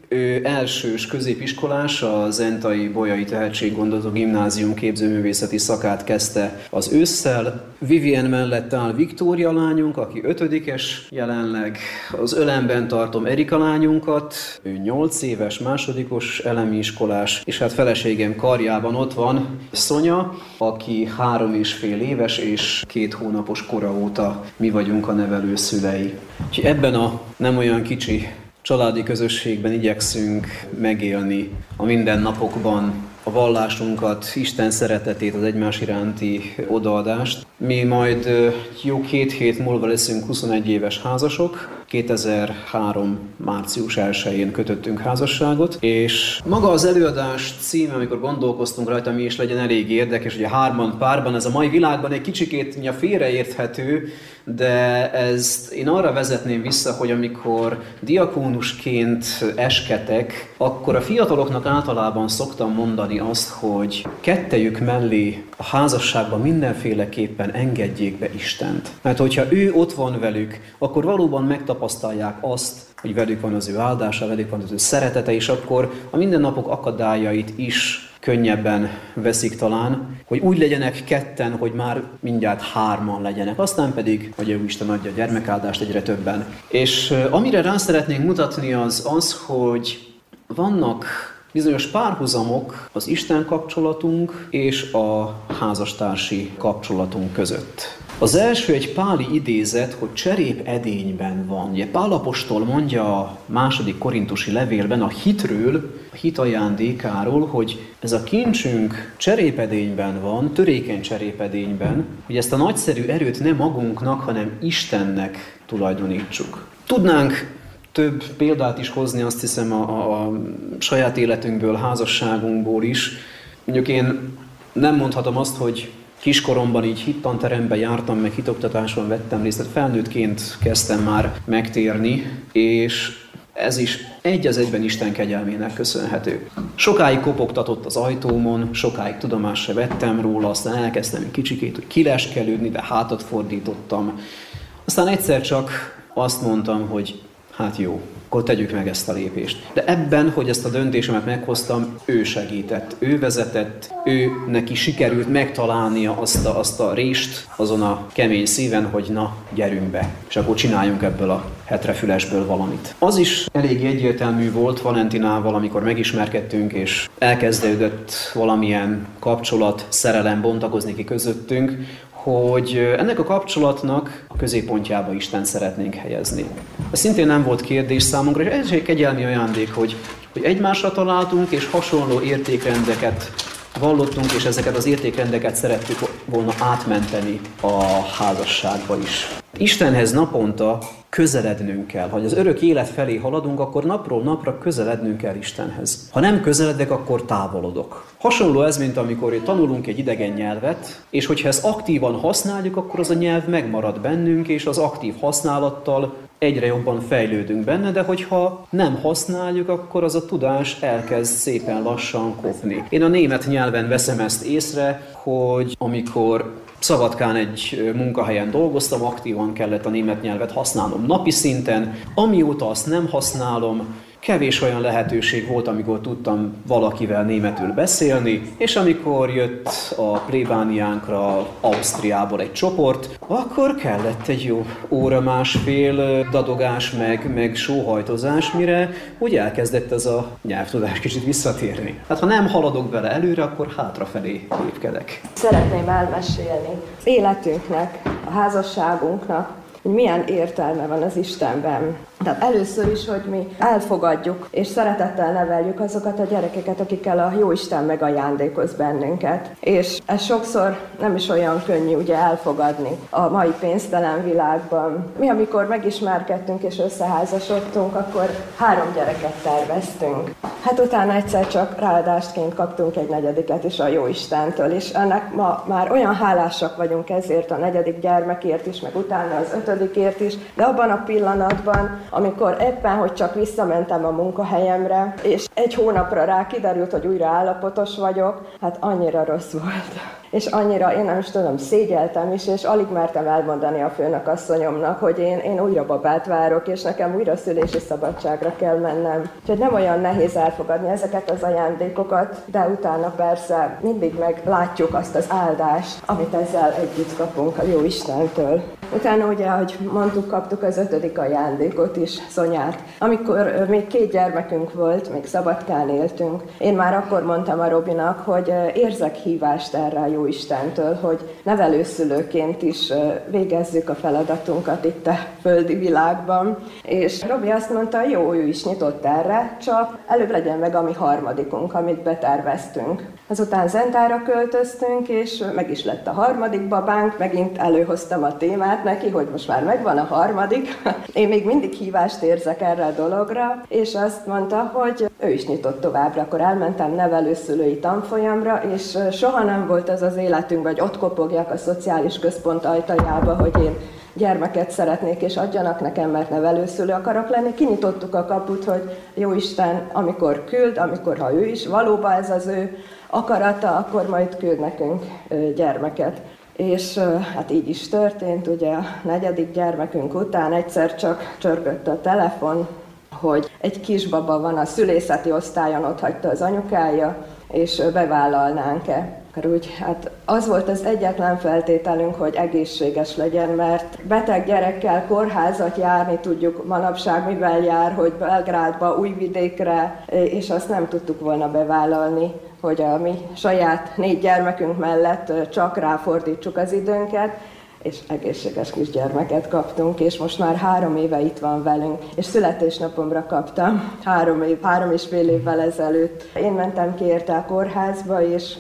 Ő elsős középiskolás, a Zentai Bolyai Tehetséggondozó Gimnázium képzőművészeti szakát kezdte az ősszel. Vivien mellett áll Viktória lányunk, aki ötödikes jelenleg. Az ölemben tartom Erika lányunkat, ő nyolc éves, másodikos elemi iskolás, és hát feleségem karjában ott van Szonya, aki három és fél éves, és két hónapos kora óta mi vagyunk a nevelőszülei. Úgyhogy ebben a nem olyan kicsi családi közösségben igyekszünk megélni a mindennapokban a vallásunkat, Isten szeretetét, az egymás iránti odaadást. Mi majd jó két hét múlva leszünk huszonegy éves házasok, kétezer-három március elsején kötöttünk házasságot, és maga az előadás címe, amikor gondolkoztunk rajta, mi is legyen elég érdekes, ugye hárman párban, ez a mai világban egy kicsikét félreérthető, de ezt én arra vezetném vissza, hogy amikor diakónusként esketek, akkor a fiataloknak általában szoktam mondani azt, hogy kettejük mellé a házasságban mindenféleképpen engedjék be Istent. Mert hogyha ő ott van velük, akkor valóban megtapasztalják azt, hogy velük van az ő áldása, velük van az ő szeretete, és akkor a mindennapok akadályait is könnyebben veszik talán, hogy úgy legyenek ketten, hogy már mindjárt hárman legyenek. Aztán pedig, hogy ő Isten adja a gyermekáldást egyre többen. És amire rá szeretnénk mutatni az az, hogy vannak bizonyos párhuzamok az Isten kapcsolatunk és a házastársi kapcsolatunk között. Az első egy páli idézet, hogy cserép edényben van. Ugye Pál apostol mondja a második korintusi levélben a hitről, a hit ajándékáról, hogy ez a kincsünk cserépedényben van, törékeny cserépedényben, hogy ezt a nagyszerű erőt nem magunknak, hanem Istennek tulajdonítsuk. Tudnánk több példát is hozni, azt hiszem, a, a, a saját életünkből, házasságunkból is. Mondjuk én nem mondhatom azt, hogy kiskoromban így hittanteremben jártam, meg hitoktatáson vettem részt, tehát felnőttként kezdtem már megtérni, és ez is egy az egyben Isten kegyelmének köszönhető. Sokáig kopogtatott az ajtómon, sokáig tudomást se vettem róla, aztán elkezdtem egy kicsikét, hogy kileskelődni, de hátat fordítottam. Aztán egyszer csak azt mondtam, hogy hát jó, akkor tegyük meg ezt a lépést. De ebben, hogy ezt a döntésemet meghoztam, ő segített, ő vezetett, ő neki sikerült megtalálnia azt a, azt a rést azon a kemény szíven, hogy na, gyerünk be, és akkor csináljunk ebből a hetrefülesből valamit. Az is elég egyértelmű volt Valentinával, amikor megismerkedtünk, és elkezdődött valamilyen kapcsolat, szerelem bontakozni ki közöttünk, hogy ennek a kapcsolatnak a középpontjába Istent szeretnénk helyezni. Ez szintén nem volt kérdés számunkra, és ez egy kegyelmi ajándék, hogy, hogy egymásra találtunk, és hasonló értékrendeket vallottunk, és ezeket az értékrendeket szerettük volna átmenteni a házasságba is. Istenhez naponta közelednünk kell. Ha az örök élet felé haladunk, akkor napról napra közelednünk kell Istenhez. Ha nem közeledek, akkor távolodok. Hasonló ez, mint amikor tanulunk egy idegen nyelvet, és hogyha ezt aktívan használjuk, akkor az a nyelv megmarad bennünk, és az aktív használattal egyre jobban fejlődünk benne, de hogyha nem használjuk, akkor az a tudás elkezd szépen lassan kopni. Én a német nyelven veszem ezt észre, hogy amikor Szabadkán egy munkahelyen dolgoztam, aktívan kellett a német nyelvet használnom napi szinten. Amióta azt nem használom, kevés olyan lehetőség volt, amikor tudtam valakivel németül beszélni, és amikor jött a plébániánkra Ausztriából egy csoport, akkor kellett egy jó óra másfél dadogás, meg, meg sóhajtozás, mire úgy elkezdett ez a nyelvtudás kicsit visszatérni. Hát ha nem haladok vele előre, akkor hátrafelé lépkedek. Szeretném elmesélni az életünknek, a házasságunknak, hogy milyen értelme van az Istenben. Tehát először is, hogy mi elfogadjuk és szeretettel neveljük azokat a gyerekeket, akikkel a Jóisten megajándékoz bennünket. És ez sokszor nem is olyan könnyű ugye elfogadni a mai pénztelen világban. Mi, amikor megismerkedtünk és összeházasodtunk, akkor három gyereket terveztünk. Hát utána egyszer csak ráadásként kaptunk egy negyediket is a Jóistentől, és ennek ma már olyan hálásak vagyunk ezért a negyedik gyermekért is, meg utána az ötödikért is, de abban a pillanatban, amikor éppen, hogy csak visszamentem a munkahelyemre, és egy hónapra rá kiderült, hogy újra állapotos vagyok, hát annyira rossz volt. és annyira, én nem is tudom, szégyeltem is, és alig mertem elmondani a főnökasszonyomnak, hogy én, én újra babát várok, és nekem újra szülési szabadságra kell mennem. Úgyhogy nem olyan nehéz elfogadni ezeket az ajándékokat, de utána persze mindig meg látjuk azt az áldást, amit ezzel együtt kapunk a jó Istentől. Utána ugye, ahogy mondtuk, kaptuk az ötödik ajándékot is, Szonyát. Amikor még két gyermekünk volt, még Szabadkán éltünk, én már akkor mondtam a Robinak, hogy érzek hívást erre a jó Istentől, hogy nevelőszülőként is végezzük a feladatunkat itt a földi világban. És Robi azt mondta, jó, ő is nyitott erre, csak előbb legyen meg a mi harmadikunk, amit beterveztünk. Azután Zentára költöztünk, és meg is lett a harmadik babánk, megint előhoztam a témát neki, hogy most már megvan a harmadik. Én még mindig hívást érzek erre a dologra, és azt mondta, hogy ő is nyitott továbbra. Akkor elmentem nevelőszülői tanfolyamra, és soha nem volt az az életünkben, hogy ott kopogjak a szociális központ ajtajába, hogy én gyermeket szeretnék, és adjanak nekem, mert nevelőszülő akarok lenni. Kinyitottuk a kaput, hogy jó Isten, amikor küld, amikor ha ő is, valóban ez az ő akarata, akkor majd küld nekünk gyermeket. És hát így is történt, ugye a negyedik gyermekünk után egyszer csak csörgött a telefon, hogy egy kisbaba van a szülészeti osztályon, ott hagyta az anyukája, és bevállalnánk-e. Akkor úgy, hát az volt az egyetlen feltételünk, hogy egészséges legyen, mert beteg gyerekkel kórházat járni tudjuk manapság, mivel jár, hogy Belgrádba, Újvidékre, és azt nem tudtuk volna bevállalni, hogy a mi saját négy gyermekünk mellett csak ráfordítsuk az időnket, és egészséges kisgyermeket kaptunk, és most már három éve itt van velünk, és születésnapomra kaptam három év, három és fél évvel ezelőtt. Én mentem ki érte a kórházba, és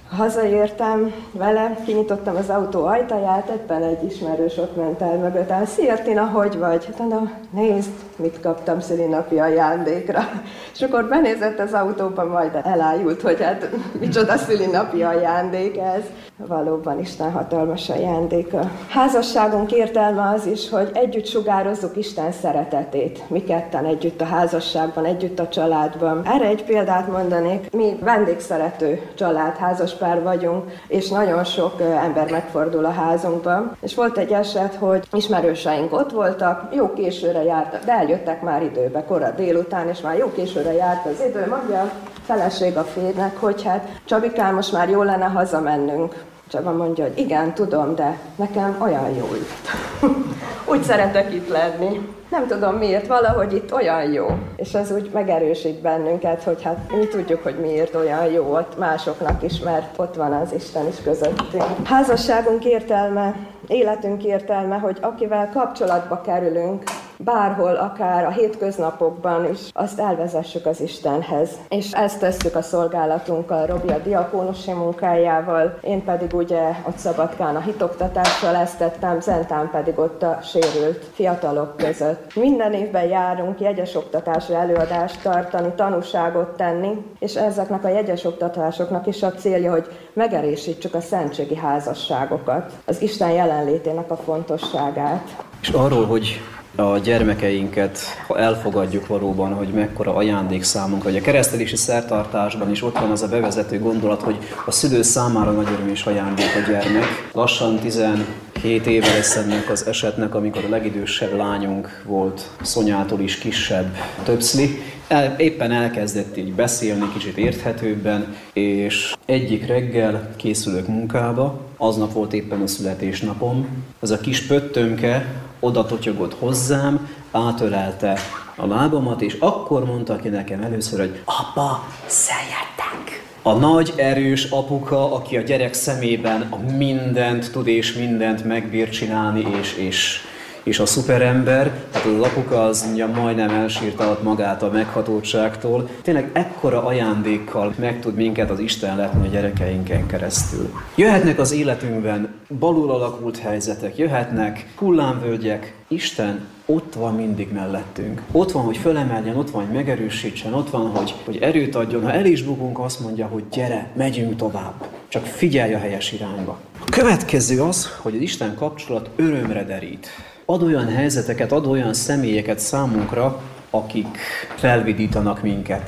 hazaértem vele, kinyitottam az autó ajtaját, ebben egy ismerős ott ment el mögöttem. Szia Tina, hogy vagy? Hát mondom, nézd, mit kaptam szülinapi ajándékra. És akkor benézett az autóba, majd elájult, hogy hát micsoda szülinapi ajándék ez. Valóban Isten hatalmas ajándéka. Házasságunk értelme az is, hogy együtt sugározzuk Isten szeretetét. Mi ketten együtt a házasságban, együtt a családban. Erre egy példát mondanék. Mi vendégszerető család, házaspár vagyunk, és nagyon sok ember megfordul a házunkban. És volt egy eset, hogy ismerőseink ott voltak, jó későre jártak, de eljöttek már időbe, kora délután, és már jó későre járt az idő, mondja a feleség a férjnek, hogy hát Csabikám, most már jó lenne hazamennünk. Csaba mondja, hogy igen, tudom, de nekem olyan jó itt. Úgy szeretek itt lenni. Nem tudom miért, valahogy itt olyan jó. És az úgy megerősít bennünket, hogy hát mi tudjuk, hogy miért olyan jó ott másoknak is, mert ott van az Isten is közöttünk. Házasságunk értelme, életünk értelme, hogy akivel kapcsolatba kerülünk, bárhol, akár a hétköznapokban is, azt elvezessük az Istenhez. És ezt tesszük a szolgálatunkkal, Robi a diakónusi munkájával, én pedig ugye ott Szabadkán a hitoktatással ezt tettem, Zentán pedig ott a sérült fiatalok között. Minden évben járunk jegyes oktatási előadást tartani, tanúságot tenni, és ezeknek a jegyes oktatásoknak is a célja, hogy megerősítsük a szentségi házasságokat, az Isten jelenlétének a fontosságát. És arról, hogy a gyermekeinket, ha elfogadjuk valóban, hogy mekkora ajándék számunkra, hogy a keresztelési szertartásban is ott van az a bevezető gondolat, hogy a szülő számára nagy öröm és ajándék a gyermek. Lassan tizenhét éve lesz ennek az esetnek, amikor a legidősebb lányunk volt, Szonyától is kisebb Többszli. El, éppen elkezdett így beszélni, kicsit érthetőbben, és egyik reggel készülök munkába, aznap volt éppen a születésnapom, az a kis pöttömke oda totyogott hozzám, átölelte a lábamat, és akkor mondta ki nekem először, hogy apa, szeretek! A nagy, erős apuka, aki a gyerek szemében a mindent tud és mindent megbír csinálni, és, és, és a szuperember, tehát az apuka az ugye majdnem elsírta magát a meghatódságtól. Tényleg ekkora ajándékkal meg tud minket az Isten letni a gyerekeinken keresztül. Jöhetnek az életünkben balul alakult helyzetek, jöhetnek hullámvölgyek, Isten ott van mindig mellettünk. Ott van, hogy fölemeljen, ott van, hogy megerősítsen, ott van, hogy, hogy erőt adjon. Ha el is bukunk, azt mondja, hogy gyere, megyünk tovább. Csak figyelj a helyes irányba. A következő az, hogy az Isten kapcsolat örömre derít. Ad olyan helyzeteket, ad olyan személyeket számunkra, akik felvidítanak minket.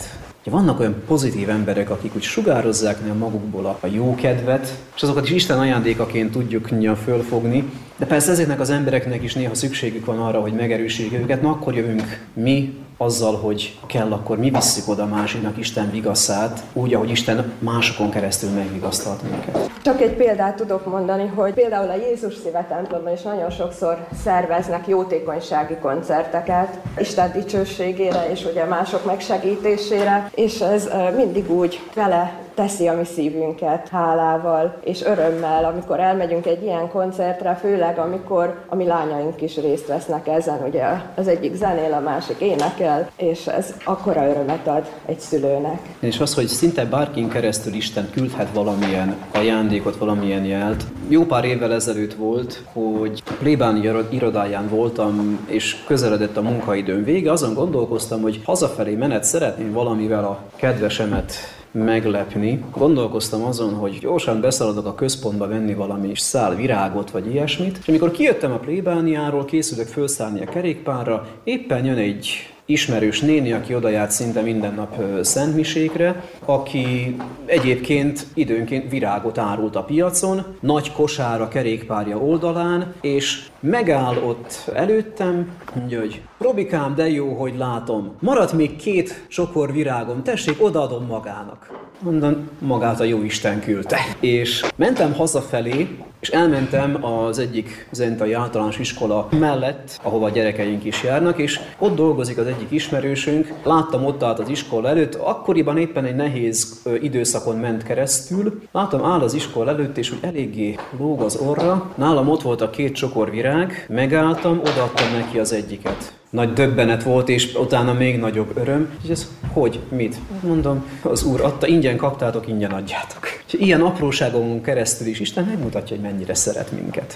vannak olyan pozitív emberek, akik úgy sugározzák a magukból a jó kedvet, és azokat is Isten ajándékaként tudjuk fölfogni, de persze ezeknek az embereknek is néha szükségük van arra, hogy megerősítsük őket, na akkor jövünk mi azzal, hogy kell, akkor mi visszük oda másiknak Isten vigaszát, úgy, ahogy Isten másokon keresztül megvigasztalt minket. Csak egy példát tudok mondani, hogy például a Jézus Szíve templomban is nagyon sokszor szerveznek jótékonysági koncerteket, Isten dicsőségére és ugye mások megsegítésére, és ez mindig úgy vele teszi a mi szívünket hálával és örömmel, amikor elmegyünk egy ilyen koncertre, főleg amikor a mi lányaink is részt vesznek ezen, ugye az egyik zenél, a másik énekel, és ez akkora örömet ad egy szülőnek. És az, hogy szinte bárkin keresztül Isten küldhet valamilyen ajándékot, valamilyen jelt. Jó pár évvel ezelőtt volt, hogy a plébáni irodáján voltam, és közeledett a munkaidőm vége, azon gondolkoztam, hogy hazafelé menet szeretném valamivel a kedvesemet meglepni. Gondolkoztam azon, hogy gyorsan beszaladok a központba venni valami szál virágot, vagy ilyesmit, és amikor kijöttem a plébániáról, készülök felszállni a kerékpárra, éppen jön egy ismerős néni, aki oda járt szinte minden nap szentmisékre, aki egyébként időnként virágot árult a piacon, nagy kosár a kerékpárja oldalán, és megáll ott előttem, mondja, hogy Robikám, de jó, hogy látom, maradt még két csokor virágom, tessék, odaadom magának. Mondom, magát a jóisten küldte. És mentem hazafelé, és elmentem az egyik zentai általános iskola mellett, ahova a gyerekeink is járnak, és ott dolgozik az egyik ismerősünk. Láttam ott állt az iskola előtt, akkoriban éppen egy nehéz időszakon ment keresztül. Láttam, áll az iskola előtt, és úgy eléggé lóg az orra. Nálam ott volt a két csokor virág, megálltam, odaadtam neki az egyiket. Nagy döbbenet volt, és utána még nagyobb öröm. És ez hogy? Mit? Mondom, az Úr adta, ingyen kaptátok, ingyen adjátok. És ilyen apróságon keresztül is Isten megmutatja, hogy mennyire szeret minket.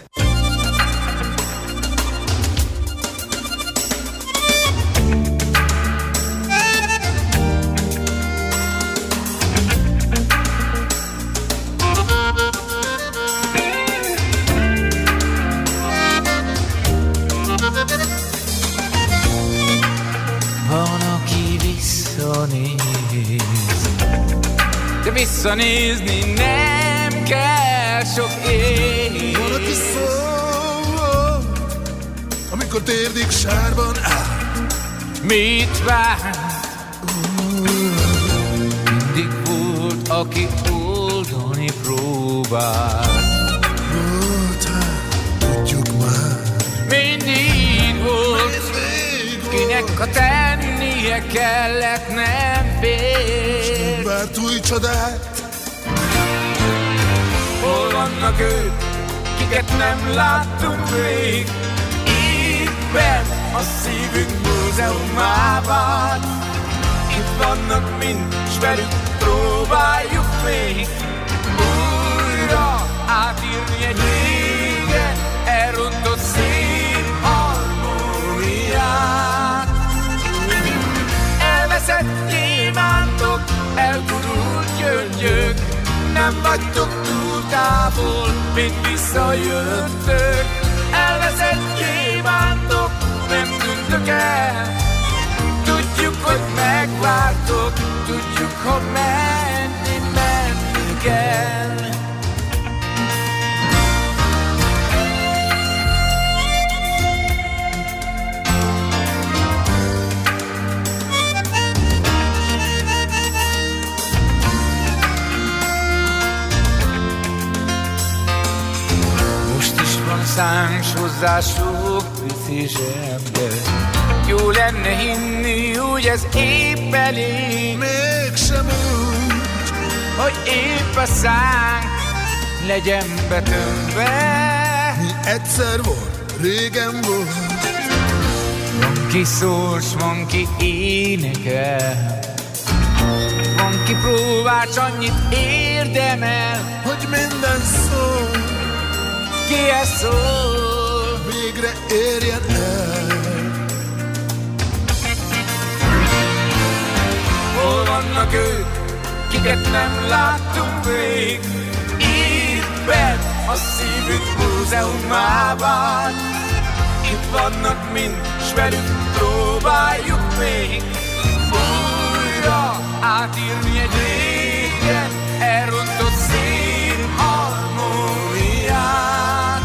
De visszanézni nem kell sok év. Van, aki szól, amikor térdig sárban áll. Mit vár? Mindig volt, aki oldani próbál. Volt, hát, tudjuk már. Mindig volt, kinek a tennie kellett, nem fél. Várt új csodát. Hol vannak ők, kiket nem láttunk még? Itt bent a szívünk múzeumában. Itt vannak mind, s velük próbáljuk még újra átírni egy régen elrontott szép harmóniát. Elveszett gyémántok, elgurult gyöngyök, nem vagytok túl távol, még visszajöttök. Elveszett gyémántok, nem tűntök el. Tudjuk, hogy megvártok, tudjuk, ha menni, menni kell. Szánks hozzá sok pici zsembe. Jó lenne hinni, úgy ez épp elég. Mégsem úgy, hogy épp a szánk legyen betömve. mi egyszer volt, régen volt. Van ki szól, s van ki énekel. Van ki próbál, s annyit érdemel, hogy minden szól, kihez szól, végre érjen el. Hol vannak ők, kiket nem láttunk még? Itt bent a szívünk múzeumában. Itt vannak mind, s velük próbáljuk még újra átírni egy régen elrontott szép harmóniát.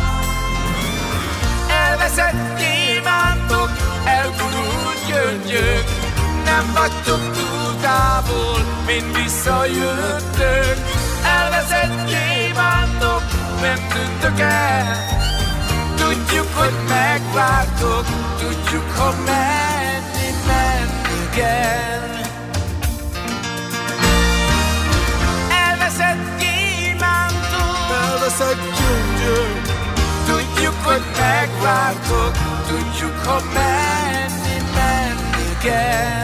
Elveszett gyémántok, elgurult gyöngyök, nem vagytok túl távol, mint visszajöttök. Elveszett gyémántok, nem tűntök el. Tudjuk, hogy megvártok, tudjuk, ha menni, menni kell. Elveszett gyémántok, elveszett gyöngyök, tudjuk, hogy megvártok, tudjuk, ha menni, menni kell.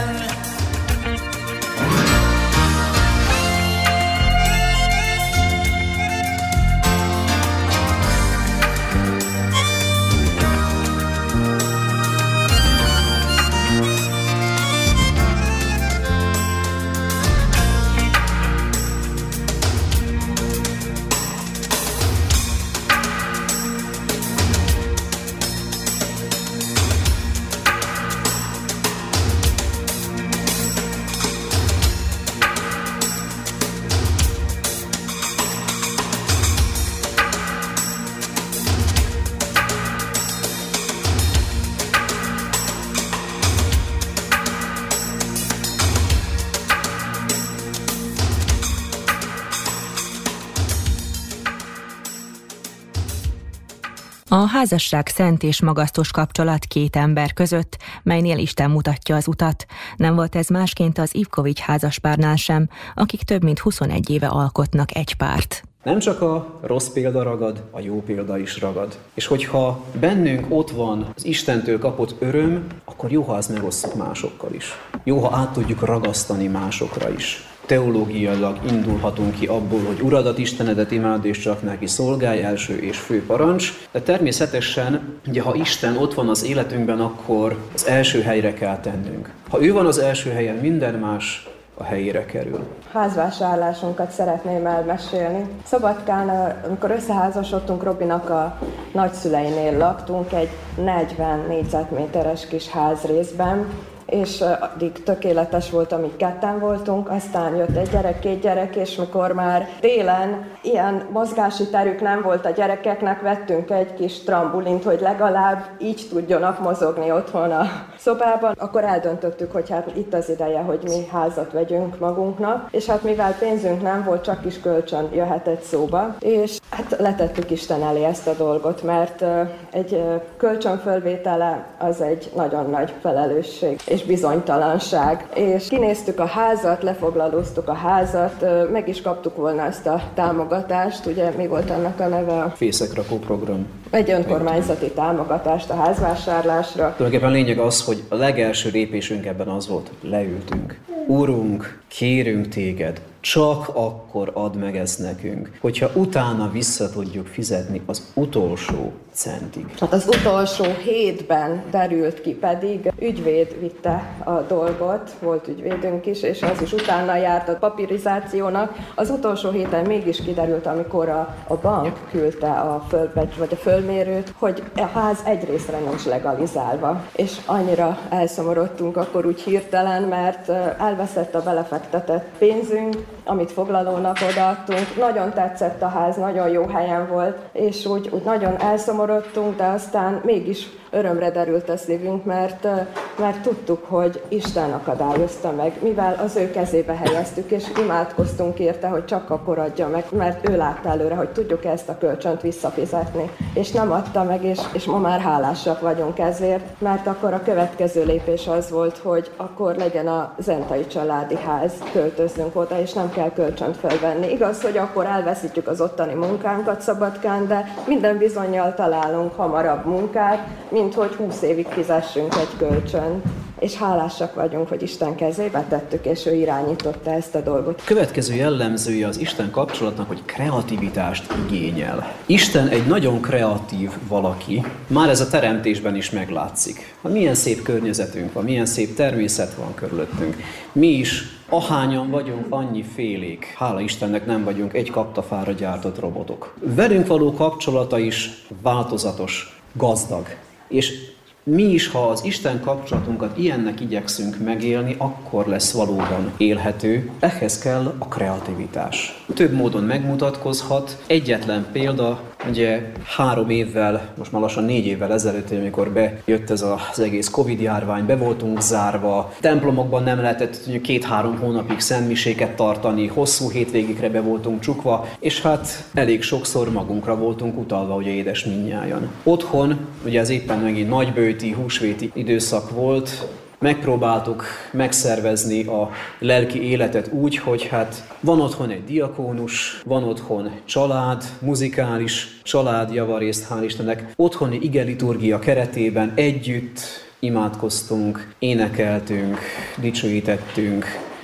A házasság szent és magasztos kapcsolat két ember között, melynél Isten mutatja az utat. Nem volt ez másként az Ivkovics házaspárnál sem, akik több mint huszonegy éve alkotnak egy párt. Nem csak a rossz példa ragad, a jó példa is ragad. És hogyha bennünk ott van az Istentől kapott öröm, akkor jó, ha ezt megosszuk másokkal is. Jó, ha át tudjuk ragasztani másokra is. Teológiailag indulhatunk ki abból, hogy Uradat, Istenedet imád és csak neki szolgálj, első és fő parancs. De természetesen, ugye, ha Isten ott van az életünkben, akkor az első helyre kell tennünk. Ha ő van az első helyen, minden más a helyére kerül. Házvásárlásunkat szeretném elmesélni. Szabadkán, amikor összeházasodtunk, Robinak a nagyszüleinél laktunk egy negyven négyzetméteres kis házrészben, és addig tökéletes volt, amíg ketten voltunk, aztán jött egy gyerek, két gyerek, és mikor már télen ilyen mozgási terük nem volt a gyerekeknek, vettünk egy kis trambulint, hogy legalább így tudjanak mozogni otthon a szobában, akkor eldöntöttük, hogy hát itt az ideje, hogy mi házat vegyünk magunknak, és hát mivel pénzünk nem volt, csak is kölcsön jöhetett szóba, és hát letettük Isten elé ezt a dolgot, mert egy kölcsönfölvétele az egy nagyon nagy felelősség és bizonytalanság. És kinéztük a házat, lefoglalóztuk a házat, meg is kaptuk volna ezt a támogatást, ugye mi volt annak a neve? A Fészekrakó program. Egy önkormányzati támogatást a házvásárlásra. Tulajdonképpen a lényeg az, hogy a legelső lépésünk ebben az volt, leültünk. Urunk, kérünk téged, csak akkor add meg ezt nekünk, hogyha utána vissza tudjuk fizetni az utolsó centig. Hát az utolsó hétben derült ki, pedig ügyvéd vitte a dolgot, volt ügyvédünk is, és az is utána járt a papírizációnak. Az utolsó héten mégis kiderült, amikor a, a bank küldte a fölbecs, vagy a fölmérőt, hogy a ház egy részre nincs legalizálva. És annyira elszomorodtunk akkor úgy hirtelen, mert elveszett a belefektetett pénzünk, amit foglalónak odaadtunk. Nagyon tetszett a ház, nagyon jó helyen volt, és úgy, úgy nagyon elszomorodtunk, de aztán mégis örömre derült a szívünk, mert, mert tudtuk, hogy Isten akadályozta meg, mivel az ő kezébe helyeztük, és imádkoztunk érte, hogy csak akkor adja meg, mert ő látta előre, hogy tudjuk ezt a kölcsönt visszafizetni. És nem adta meg, és, és ma már hálásak vagyunk ezért, mert akkor a következő lépés az volt, hogy akkor legyen a zentai családi ház, költözzünk oda, és nem kell kölcsönt felvenni. Igaz, hogy akkor elveszítjük az ottani munkánkat Szabadkán, de minden bizonnyal találunk hamarabb munkát, mint hogy húsz évig fizessünk egy kölcsönt. És hálásak vagyunk, hogy Isten kezébe tettük, és ő irányította ezt a dolgot. Következő jellemzője az Isten kapcsolatnak, hogy kreativitást igényel. Isten egy nagyon kreatív valaki, már ez a teremtésben is meglátszik. Milyen szép környezetünk van, milyen szép természet van körülöttünk. Mi is ahányan vagyunk, annyi félék. Hála Istennek nem vagyunk egy kaptafára gyártott robotok. Velünk való kapcsolata is változatos, gazdag. És mi is, ha az Isten kapcsolatunkat ilyennek igyekszünk megélni, akkor lesz valóban élhető. Ehhez kell a kreativitás. Több módon megmutatkozhat. Egyetlen példa, ugye három évvel, most már lassan négy évvel ezelőtt, amikor bejött ez az egész Covid járvány, be voltunk zárva, templomokban nem lehetett két-három hónapig szentmiséket tartani, hosszú hétvégékre be voltunk csukva, és hát elég sokszor magunkra voltunk utalva, ugye édes mindnyájan. Otthon, ugye ez éppen megint nagybőti, húsvéti időszak volt, megpróbáltuk megszervezni a lelki életet úgy, hogy hát van otthon egy diakónus, van otthon család, muzikális család javarészt, hál' Istennek, otthoni igeliturgia keretében együtt imádkoztunk, énekeltünk, dicsőítettünk,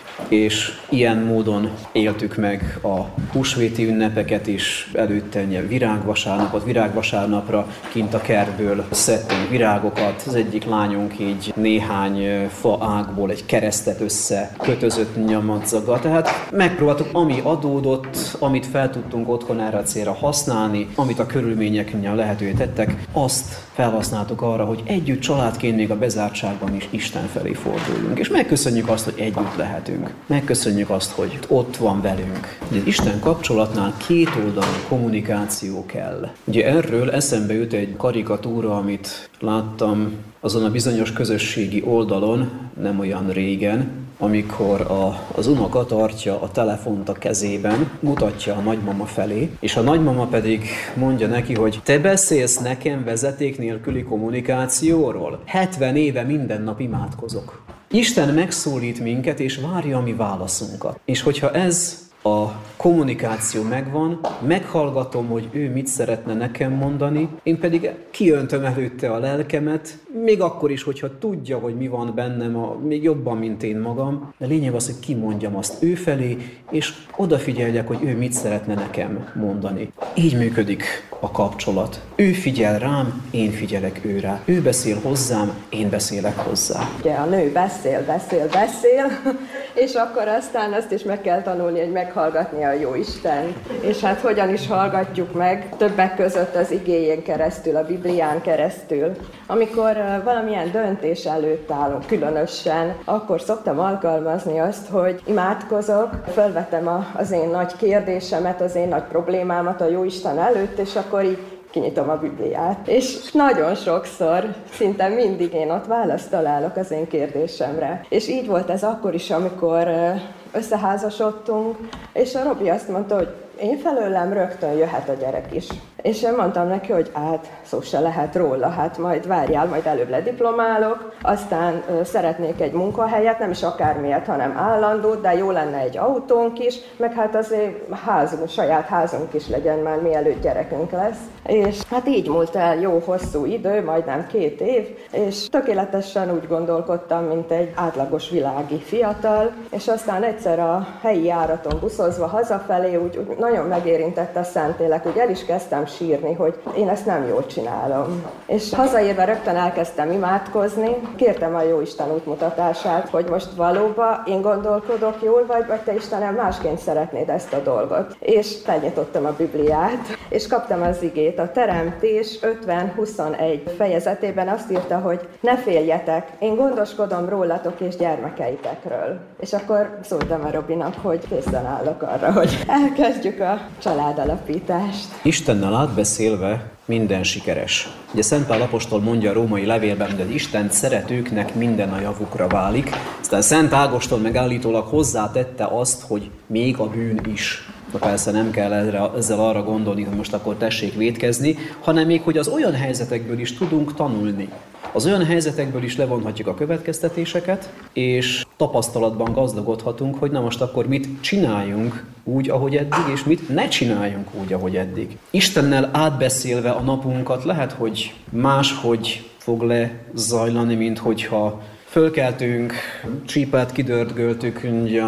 és ilyen módon éltük meg a húsvéti ünnepeket is, előtte virágvasárnapot, virágvasárnapra kint a kertből szedtünk virágokat, az egyik lányunk így néhány fa ágból egy keresztet össze kötözött nyamadzaga, tehát megpróbáltuk, ami adódott, amit fel tudtunk otthon erre a célra használni, amit a körülmények lehetővé tettek, azt felhasználtuk arra, hogy együtt családként még a bezártságban is Isten felé forduljunk, és megköszönjük azt, hogy együtt lehetünk. Megköszönjük azt, hogy ott van velünk. Ugye az Isten kapcsolatnál kétoldalú kommunikáció kell. Ugye erről eszembe jut egy karikatúra, amit láttam azon a bizonyos közösségi oldalon, nem olyan régen, amikor a, az unoka tartja a telefont a kezében, mutatja a nagymama felé, és a nagymama pedig mondja neki, hogy te beszélsz nekem vezeték nélküli kommunikációról? hetven éve minden nap imádkozok. Isten megszólít minket, és várja a mi válaszunkat. És hogyha ez a kommunikáció megvan, meghallgatom, hogy ő mit szeretne nekem mondani, én pedig kiöntöm előtte a lelkemet, még akkor is, hogyha tudja, hogy mi van bennem, a, még jobban, mint én magam, de lényeg az, hogy kimondjam azt ő felé, és odafigyeljek, hogy ő mit szeretne nekem mondani. Így működik a kapcsolat. Ő figyel rám, én figyelek ő rá. Ő beszél hozzám, én beszélek hozzá. Ugye a nő beszél, beszél, beszél, és akkor aztán azt is meg kell tanulni, hogy meghallgatni a Jóisten. És hát hogyan is hallgatjuk meg? Többek között az igéjén keresztül, a Biblián keresztül. Amikor valamilyen döntés előtt állunk különösen, akkor szoktam alkalmazni azt, hogy imádkozok, fölvetem az én nagy kérdésemet, az én nagy problémámat a Jóisten előtt, és akkor így kinyitom a Bibliát. És nagyon sokszor, szinte mindig én ott választ találok az én kérdésemre. És így volt ez akkor is, amikor összeházasodtunk, és a Robi azt mondta, hogy én felőlem rögtön jöhet a gyerek is. És én mondtam neki, hogy hát szó se lehet róla, hát majd várjál, majd előbb lediplomálok, aztán ö, szeretnék egy munkahelyet, nem is akármilyet, hanem állandót, de jó lenne egy autónk is, meg hát azért házunk, saját házunk is legyen már, mielőtt gyerekünk lesz. És hát így múlt el jó hosszú idő, majdnem két év, és tökéletesen úgy gondolkodtam, mint egy átlagos világi fiatal, és aztán egyszer a helyi járaton buszozva hazafelé úgy, úgy nagyon megérintett a Szentlélek, úgy el is kezdtem sírni, hogy én ezt nem jól csinálom. És hazaérve rögtön elkezdtem imádkozni, kértem a Jóisten útmutatását, hogy most valóban én gondolkodok jól, vagy, vagy te Istenem másként szeretnéd ezt a dolgot. És felnyitottam a Bibliát, és kaptam az igét. A Teremtés ötven huszonegy fejezetében azt írta, hogy ne féljetek, én gondoskodom rólatok és gyermekeitekről. És akkor szóltam a Robinak, hogy készen állok arra, hogy elkezdjük a családalapítást. Istennel átbeszélve minden sikeres. Ugye Szent Pál apostol mondja a római levélben, hogy az Istent szeretőknek minden a javukra válik. Aztán Szent Ágoston megállítólag hozzátette azt, hogy még a bűn is. De persze nem kell ezzel, ezzel arra gondolni, hogy most akkor tessék vétkezni, hanem még, hogy az olyan helyzetekből is tudunk tanulni. Az olyan helyzetekből is levonhatjuk a következtetéseket, és tapasztalatban gazdagodhatunk, hogy na most akkor mit csináljunk úgy, ahogy eddig, és mit ne csináljunk úgy, ahogy eddig. Istennel átbeszélve a napunkat lehet, hogy máshogy fog lezajlani, mint hogyha fölkeltünk, csípát kidörtgöltük,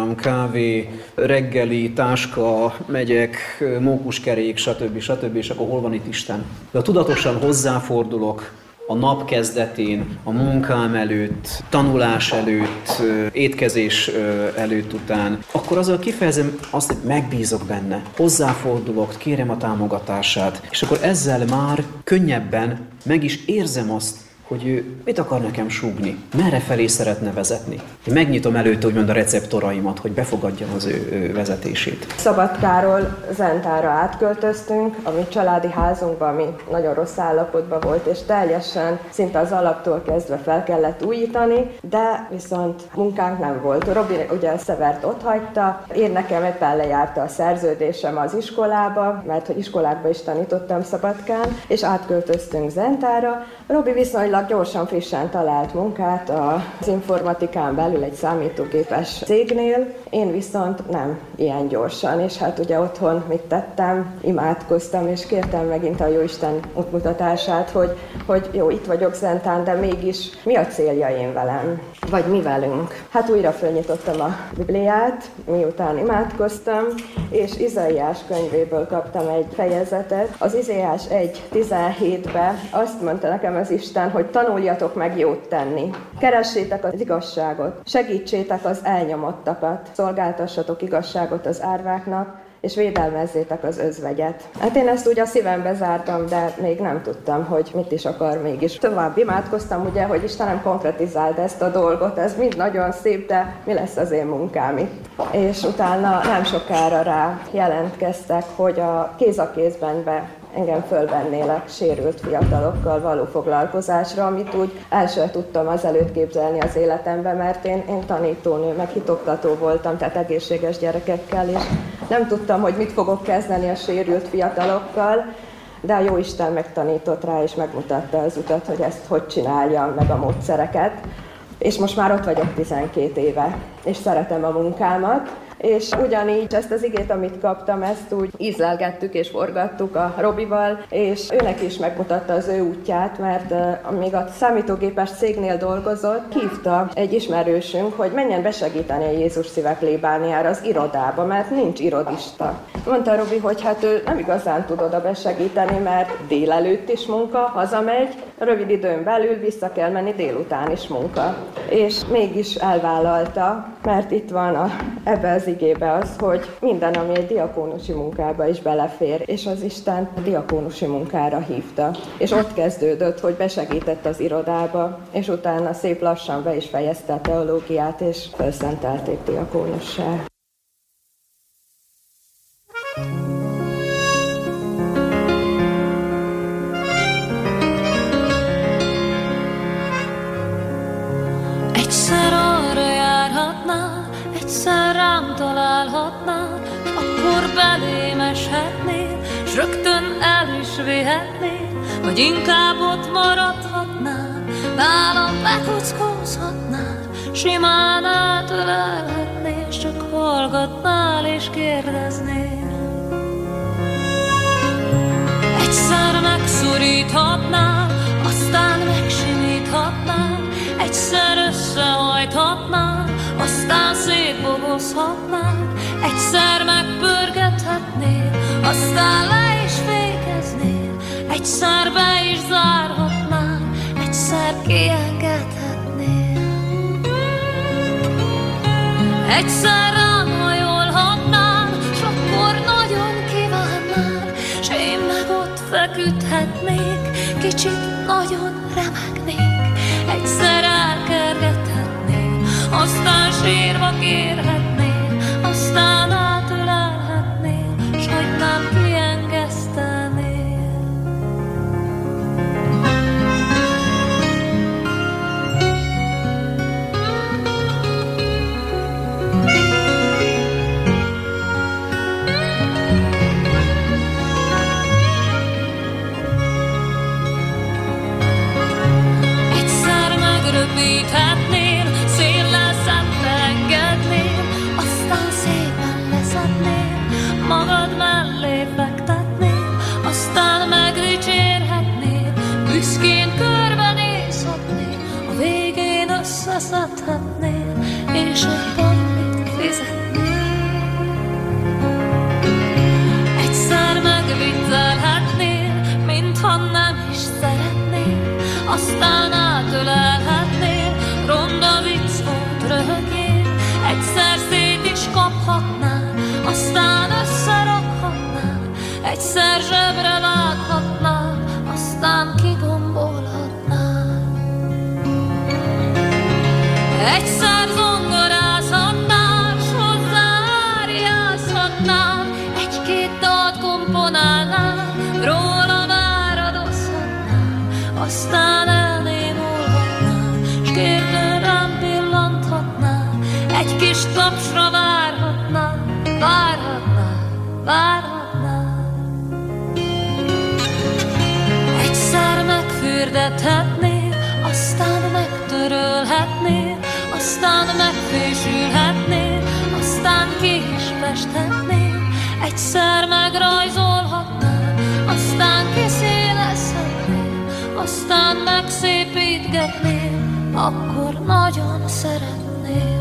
kávé, reggeli, táska, megyek, mókuskerék, stb. stb. És akkor hol van itt Isten? De tudatosan hozzáfordulok a nap kezdetén, a munkám előtt, tanulás előtt, étkezés előtt után, akkor azzal kifejezem azt, hogy megbízok benne, hozzáfordulok, kérem a támogatását, és akkor ezzel már könnyebben meg is érzem azt, hogy ő mit akar nekem súgni, merre felé szeretne vezetni. Én megnyitom előtte úgymond a receptoraimat, hogy befogadjam az ő, ő vezetését. Szabadkáról Zentára átköltöztünk, a mi családi házunkban, ami nagyon rossz állapotban volt, és teljesen szinte az alaptól kezdve fel kellett újítani, de viszont munkánk nem volt. Robi ugye a Szevert ott hagyta, én nekem éppen lejárta a szerződésem az iskolába, mert hogy iskolákba is tanítottam Szabadkán, és átköltöztünk Zentára. Robi viszonylag gyorsan, frissen talált munkát az informatikán belül egy számítógépes cégnél, én viszont nem ilyen gyorsan, és hát ugye otthon mit tettem, imádkoztam, és kértem megint a Jóisten útmutatását, hogy, hogy jó, itt vagyok Zentán, de mégis mi a célja én velem, vagy mi velünk. Hát újra fölnyitottam a Bibliát, miután imádkoztam, és Izaiás könyvéből kaptam egy fejezetet. Az Izaiás egy tizenhétben azt mondta nekem az Isten, hogy tanuljatok meg jót tenni. Keressétek az igazságot, segítsétek az elnyomottakat, szolgáltassatok igazságot az árváknak, és védelmezzétek az özvegyet. Hát én ezt úgy a szívembe zártam, de még nem tudtam, hogy mit is akar mégis. Tovább imádkoztam, ugye, hogy Istenem konkretizáld ezt a dolgot, ez mind nagyon szép, de mi lesz az én munkám itt? És utána nem sokára rá jelentkeztek, hogy a kéz a kézben be engem fölvennélek sérült fiatalokkal való foglalkozásra, amit úgy el sem tudtam azelőtt képzelni az életemben, mert én, én tanítónő, meg hitoktató voltam, tehát egészséges gyerekekkel, és nem tudtam, hogy mit fogok kezdeni a sérült fiatalokkal, de a Jóisten megtanított rá, és megmutatta az utat, hogy ezt hogy csináljam, meg a módszereket. És most már ott vagyok tizenkét éve, és szeretem a munkámat, és ugyanígy ezt az igét, amit kaptam, ezt úgy ízlelgettük és forgattuk a Robival, és őnek is megmutatta az ő útját, mert uh, még a számítógépes cégnél dolgozott, hívta egy ismerősünk, hogy menjen besegíteni a Jézus szívek plébániára az irodába, mert nincs irodista. Mondta Robi, hogy hát ő nem igazán tud oda besegíteni, mert délelőtt is munka, hazamegy, rövid időn belül vissza kell menni, délután is munka. És mégis elvállalta, mert itt van a, ebbe az igébe az, hogy minden, ami egy diakónusi munkába is belefér, és az Isten a diakónusi munkára hívta. És ott kezdődött, hogy besegített az irodába, és utána szép lassan be is fejezte a teológiát, és felszentelték diakónussá. Egyszer arra járhatnál, egyszer rám találhatnál, akkor belém eshetnél, s rögtön el is vihetnél, vagy inkább ott maradhatnál, nálam bekockozhatnál, simán átölelhetnél, s csak hallgatnál és kérdeznél. Egyszer megszoríthatnál, aztán megsimíthatnál, egyszer összehajthatnál, aztán szétbogozhatnál, egyszer megpörgethetnél, aztán le is fékeznél, egyszer be is zárhatnál, egyszer kiengedhetnél. Egyszer rám hajolhatnál, s akkor nagyon kívánnál, s én meg ott feküdhetnék, kicsit nagyon remegnék. Egyszer elkergethetnél, aztán sírva kérhetnél, aztán átölelhetnél, s hogy nem kiengesztenél. Röpíthetnél, széllel szembe engednél, aztán szépen leszednél, magad mellé fektetnél, aztán megdicsérhetnél, büszkén körbenézhetnél, a végén összeszedhetnél, és egy paplit fizetnél. Egyszer megviccelhetnél, mintha nem is szeretnél, aztán átölelhetnél, ronda vicc volt, röhögjél, egyszer szét is kaphatnál, aztán összerakhatnál, egyszer zsebre vághatnál, aztán kigombolhatnál. egy kis tapsra várhatná, várhatná, várhatná. Egyszer megfürdethetnél, aztán megtörölhetnél, aztán megfésülhetnél, aztán ki is festhetnél. Egyszer megrajzolhatnál, aztán kiszélezhetnél, aztán megszépítgetnél, akkor nagyon szeretnél.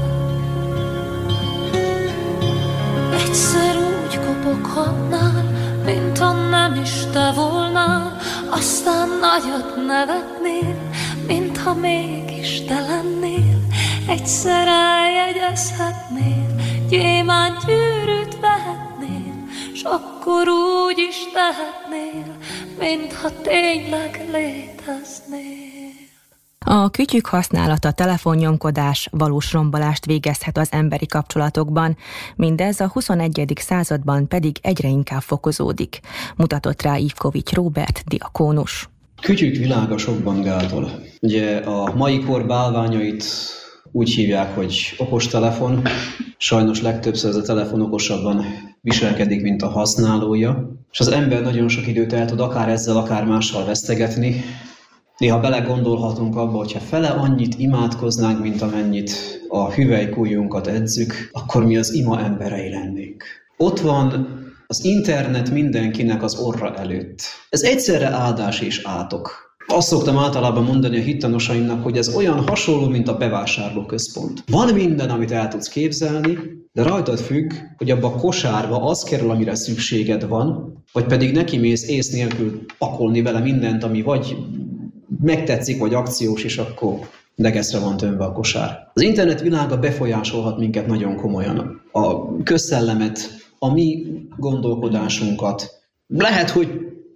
Egyszer úgy kopoghatnál, mintha nem is te volnál, aztán nagyot nevetnél, mintha mégis te lennél. Egyszer eljegyezhetnél, gyémánt gyűrűt vehetnél, s akkor úgy is tehetnél, mintha tényleg léteznél. A kütyük használata, telefonnyomkodás valós rombolást végezhet az emberi kapcsolatokban, mindez a huszonegyedik században pedig egyre inkább fokozódik, mutatott rá Ivkovics Róbert diakónus. Kütyük világa sokban gátol. Ugye a mai kor bálványait úgy hívják, hogy okostelefon. Sajnos legtöbbször ez a telefon okosabban viselkedik, mint a használója. És az ember nagyon sok időt el tud akár ezzel, akár mással vesztegetni. Néha belegondolhatunk abba, hogyha fele annyit imádkoznánk, mint amennyit a hüvelykujjunkat edzük, akkor mi az ima emberei lennénk. Ott van az internet mindenkinek az orra előtt. Ez egyszerre áldás és átok. Azt szoktam általában mondani a hittanosaimnak, hogy ez olyan hasonló, mint a bevásárlóközpont. Van minden, amit el tudsz képzelni, de rajtad függ, hogy abba a kosárba az kerül, amire szükséged van, vagy pedig neki mész ész nélkül pakolni vele mindent, ami vagy megtetszik, vagy akciós, és akkor degeszre van tömve a kosár. Az internet világa befolyásolhat minket nagyon komolyan. A közszellemet, a mi gondolkodásunkat. Lehet, hogy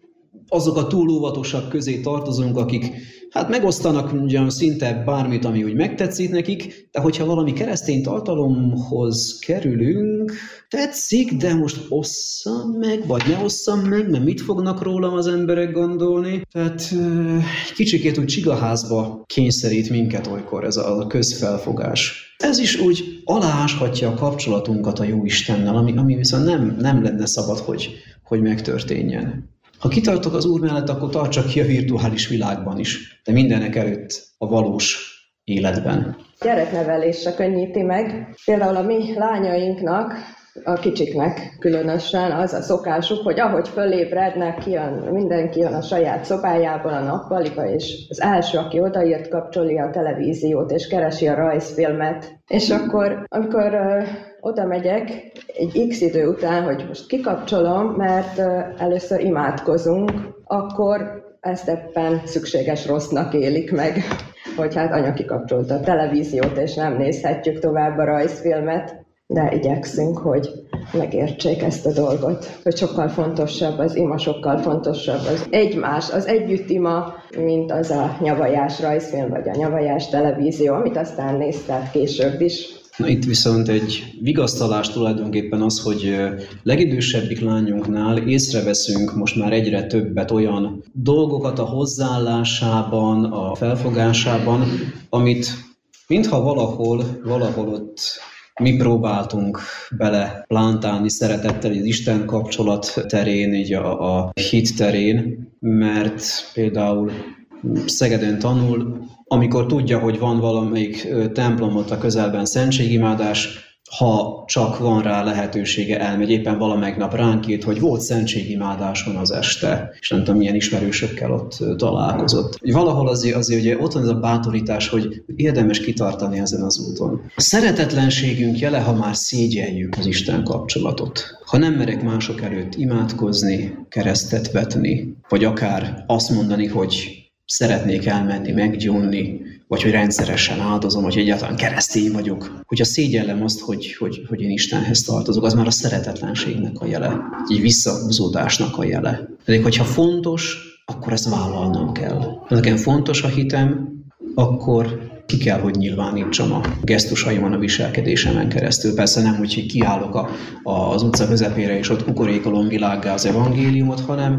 azok a túl óvatosak közé tartozunk, akik hát megosztanak ugyan szinte bármit, ami úgy megtetszik nekik, de hogyha valami keresztény tartalomhoz kerülünk, tetszik, de most osszam meg, vagy ne osszam meg, mert mit fognak rólam az emberek gondolni? Tehát kicsikét úgy csigaházba kényszerít minket olykor ez a közfelfogás. Ez is úgy alááshatja a kapcsolatunkat a Jóistennel, ami, ami viszont nem, nem lenne szabad, hogy, hogy megtörténjen. Ha kitartok az Úr mellett, akkor tartsak ki a virtuális világban is, de mindenek előtt a valós életben. Gyereknevelésre könnyíti meg. Például a mi lányainknak, a kicsiknek különösen az a szokásuk, hogy ahogy fölébrednek, kijön, mindenki jön a saját szobájában a nappaliba, és az első, aki odaért, kapcsolja a televíziót, és keresi a rajzfilmet. És akkor, amikor uh, oda megyek egy x idő után, hogy most kikapcsolom, mert uh, először imádkozunk, akkor ezt ebben szükséges rossznak élik meg, hogy hát anya kikapcsolta a televíziót, és nem nézhetjük tovább a rajzfilmet. De igyekszünk, hogy megértsék ezt a dolgot, hogy sokkal fontosabb az ima, sokkal fontosabb az egymás, az együtt ima, mint az a nyavajás rajzfilm, vagy a nyavajás televízió, amit aztán néztek később is. Na itt viszont egy vigasztalás tulajdonképpen az, hogy legidősebbik lányunknál észreveszünk most már egyre többet olyan dolgokat a hozzáállásában, a felfogásában, amit mintha valahol, valahol ott mi próbáltunk bele plántálni szeretettel az Isten kapcsolat terén, így a, a hit terén, mert például Szegeden tanul, amikor tudja, hogy van valamelyik templomot a közelben szentségimádás, ha csak van rá lehetősége, elmegy. Éppen valamelyik nap ránk írt, hogy volt szentségimádáson az este, és nem tudom, milyen ismerősökkel ott találkozott. Valahol azért, azért ugye ott van ez a bátorítás, hogy érdemes kitartani ezen az úton. A szeretetlenségünk jele, ha már szégyeljük az Isten kapcsolatot. Ha nem merek mások előtt imádkozni, keresztet vetni, vagy akár azt mondani, hogy szeretnék elmenni, meggyónni, vagy hogy rendszeresen áldozom, vagy egyáltalán keresztény vagyok. Hogyha szégyellem azt, hogy, hogy, hogy én Istenhez tartozok, az már a szeretetlenségnek a jele, egy visszahúzódásnak a jele. Pedig, hogyha fontos, akkor ezt vállalnom kell. Ha nekem fontos a hitem, akkor ki kell, hogy nyilvánítsam a gesztusaimon, a viselkedésemen keresztül. Persze nem úgy, hogy kiállok a, a, az utca közepére, és ott kukorékolom világgá az evangéliumot, hanem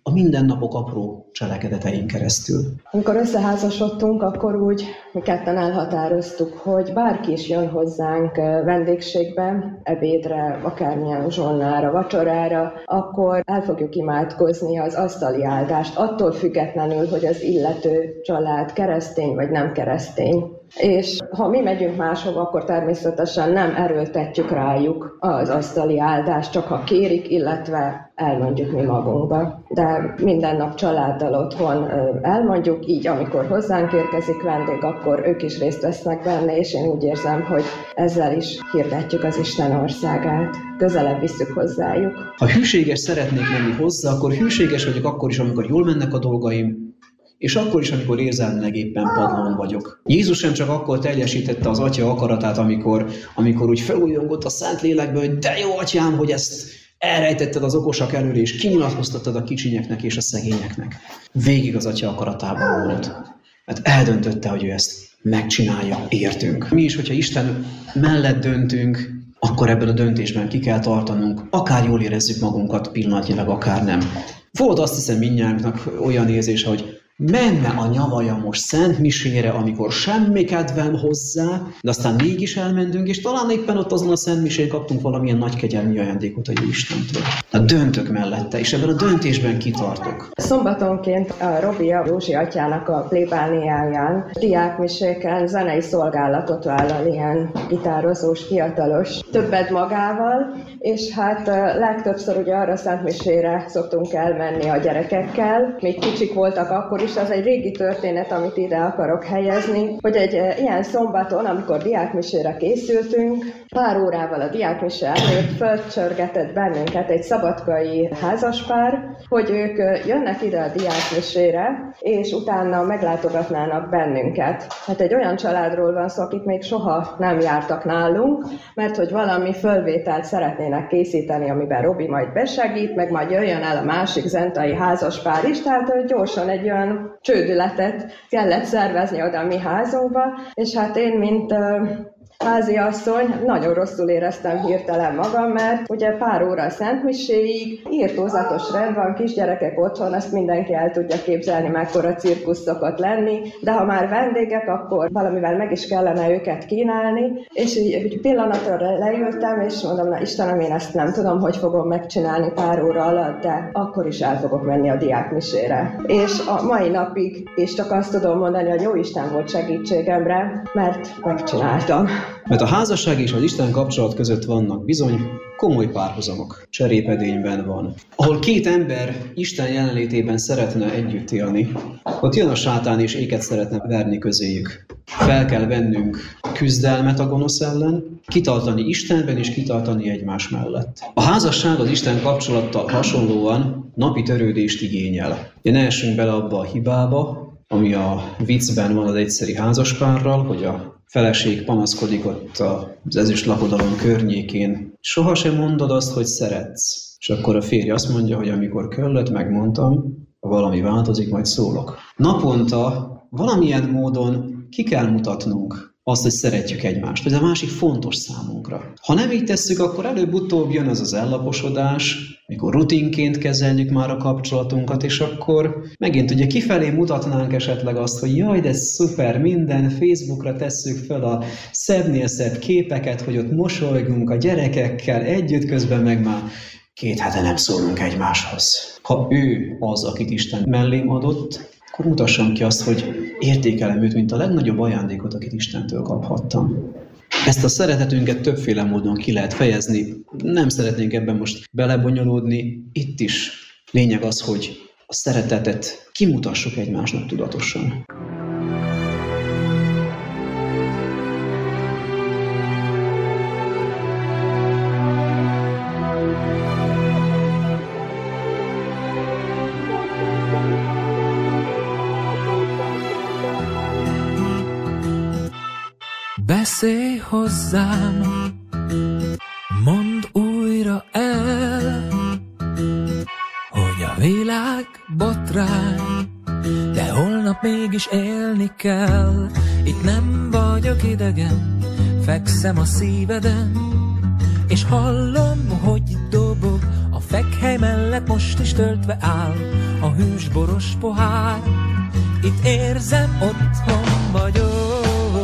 a mindennapok apró cselekedetein keresztül. Amikor összeházasodtunk, akkor úgy mi ketten elhatároztuk, hogy bárki is jön hozzánk vendégségbe, ebédre, akármilyen uzsonnára, vacsorára, akkor el fogjuk imádkozni az asztali áldást, attól függetlenül, hogy az illető család keresztény vagy nem keresztény. És ha mi megyünk máshova, akkor természetesen nem erőltetjük rájuk az asztali áldást, csak ha kérik, illetve elmondjuk mi magunkba. De minden nap családdal otthon elmondjuk, így amikor hozzánk érkezik vendég, akkor ők is részt vesznek benne, és én úgy érzem, hogy ezzel is hirdetjük az Isten országát, közelebb visszük hozzájuk. Ha hűséges szeretnék lenni hozzá, akkor hűséges vagyok akkor is, amikor jól mennek a dolgaim, és akkor is, amikor érzelmileg éppen padlón vagyok. Jézus sem csak akkor teljesítette az Atya akaratát, amikor, amikor úgy felújongott a Szentlélekből, hogy de jó Atyám, hogy ezt elrejtetted az okosak elől, és kinyilatkoztattad a kicsinyeknek és a szegényeknek. Végig az Atya akaratában volt. Mert eldöntötte, hogy ő ezt megcsinálja, értünk. Mi is, hogyha Isten mellett döntünk, akkor ebben a döntésben ki kell tartanunk, akár jól érezzük magunkat pillanatnyilag, akár nem. Volt azt hiszem mindnyájunknak olyan érzése, hogy menne a nyavaja most szentmisére, amikor semmi kedvem hozzá, de aztán mégis elmentünk, és talán éppen ott azon a szentmisén kaptunk valamilyen nagy kegyelmi ajándékot a Jó Istentől. A döntök mellette, és ebben a döntésben kitartok. Szombatonként a Robi, a Józsi atyának a plébániáján, diákmiséken zenei szolgálatot vállal ilyen gitározós, fiatalos, többet magával, és hát legtöbbször ugye arra szentmisére szoktunk elmenni a gyerekekkel, még kicsik voltak akkor is. Az egy régi történet, amit ide akarok helyezni, hogy egy e, ilyen szombaton, amikor diákmisére készültünk, pár órával a diákmise előtt fölcsörgetett bennünket egy szabadkai házaspár, hogy ők jönnek ide a diákmisére, és utána meglátogatnának bennünket. Hát egy olyan családról van szó, akik még soha nem jártak nálunk, mert hogy valami fölvételt szeretnének készíteni, amiben Robi majd besegít, meg majd jöjjön el a másik zentai házaspár is, tehát gyorsan egy olyan csődületet kellett szervezni oda a mi házunkba, és hát én, mint uh, háziasszony, nagyon rosszul éreztem hirtelen magam, mert ugye pár óra a szentmiséig, írtózatos rend van, kisgyerekek otthon, azt mindenki el tudja képzelni, mekkora cirkusz szokott lenni, de ha már vendégek, akkor valamivel meg is kellene őket kínálni, és így, így pillanatra leültem, és mondom, na Istenem, én ezt nem tudom, hogy fogom megcsinálni pár óra alatt, de akkor is el fogok menni a diákmisére. És a mai napig is csak azt tudom mondani, hogy jó Isten volt segítségemre, mert megcsináltam. Mert a házasság és az Isten kapcsolat között vannak bizony komoly párhuzamok. Cserépedényben van. Ahol két ember Isten jelenlétében szeretne együtt élni, ott jön a sátán és éket szeretne verni közéjük. Fel kell vennünk küzdelmet a gonosz ellen, kitartani Istenben és kitartani egymás mellett. A házasság az Isten kapcsolattal hasonlóan napi törődést igényel. Ja, ne essünk bele abba a hibába, ami a viccben van az egyszeri házaspárral, hogy a feleség panaszkodik ott az ezüst lakodalom környékén. Sohasem mondod azt, hogy szeretsz. És akkor a férj azt mondja, hogy amikor kellett, megmondtam, ha valami változik, majd szólok. Naponta valamilyen módon ki kell mutatnunk azt, hogy szeretjük egymást, hogy a másik fontos számunkra. Ha nem így tesszük, akkor előbb-utóbb jön az az ellaposodás, mikor rutinként kezeljük már a kapcsolatunkat, és akkor megint ugye kifelé mutatnánk esetleg azt, hogy jaj, de szuper, minden Facebookra tesszük fel a szebbnél szebb képeket, hogy ott mosolygunk a gyerekekkel együtt, közben meg már két hete nem szólunk egymáshoz. Ha ő az, akit Isten mellém adott, akkor mutassam ki azt, hogy értékelem őt, mint a legnagyobb ajándékot, akit Istentől kaphattam. Ezt a szeretetünket többféle módon ki lehet fejezni, nem szeretnénk ebben most belebonyolódni. Itt is lényeg az, hogy a szeretetet kimutassuk egymásnak tudatosan. Beszélj hozzám, mondd újra el, hogy a világ botrány, de holnap mégis élni kell. Itt nem vagyok idegen, fekszem a szíveden, és hallom, hogy dobog a fekhely mellett most is töltve áll a hűsboros pohár. Itt érzem, otthon vagyok.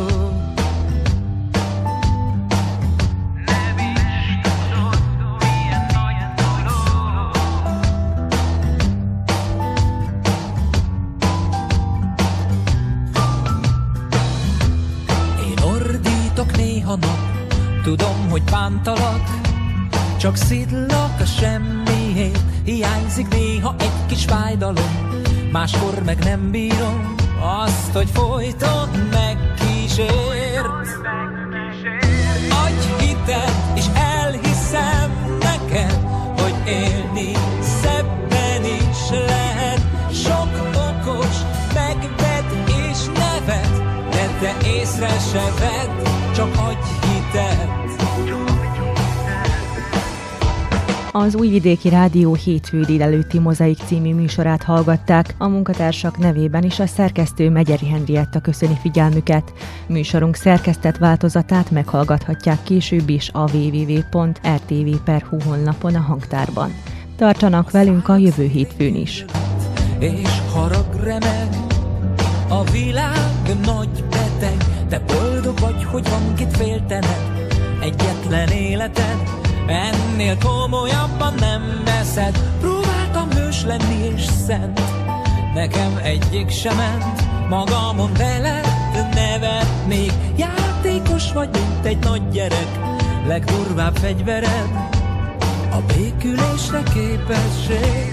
Én ordítok néha nap, tudom, hogy bántalak, csak szidlak a semmiért, hiányzik néha egy kis fájdalom, máskor meg nem bírom azt, hogy folyton megkísért. Adj hitet, és elhiszem neked, hogy élni szebben is lehet. Sok okos megved és nevet, de te észre se vedd, csak adj hitet. Az Újvidéki Rádió hétfő délelőtti Mozaik című műsorát hallgatták, a munkatársak nevében is a szerkesztő Megyeri Henrietta köszöni figyelmüket. Műsorunk szerkesztett változatát meghallgathatják később is a double-u double-u double-u pont r t v pont h u honlapon a hangtárban. Tartsanak velünk a jövő hétfőn is. És harag remeg, a világ nagy beteg, de boldog vagy, hogy van kit féltened, egyetlen életed, ennél komolyabban nem veszed. Próbáltam hős lenni és szent, nekem egyik sem ment, magamon veled nevetnék. Játékos vagy, mint egy nagy gyerek, legdurvább fegyvered a békülésre képesség.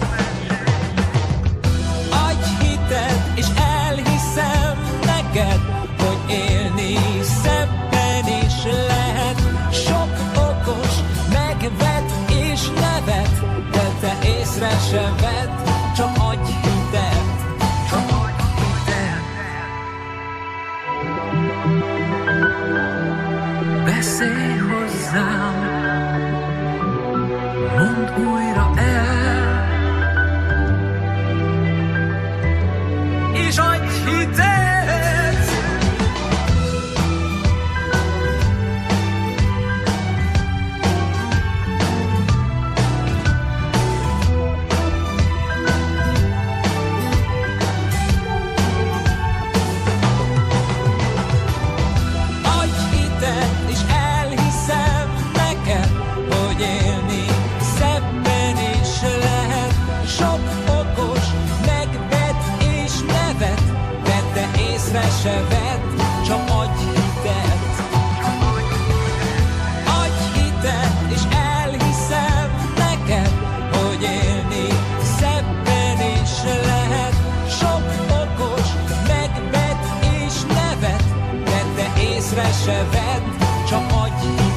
Adj hitet, és elhiszem neked, hogy élni szebben is lehet. Sok okos megvet és nevet, de te észre se vedd, csak adj hitet, csak adj hitet. Beszélj hozzám, mondd újra el, és adj hitet. Se vedd, csak adj hitet. Adj hitet, és elhiszem neked, hogy élni szebben is lehet. Sok okos megvet és nevet, de te észre se vedd, csak adj hitet.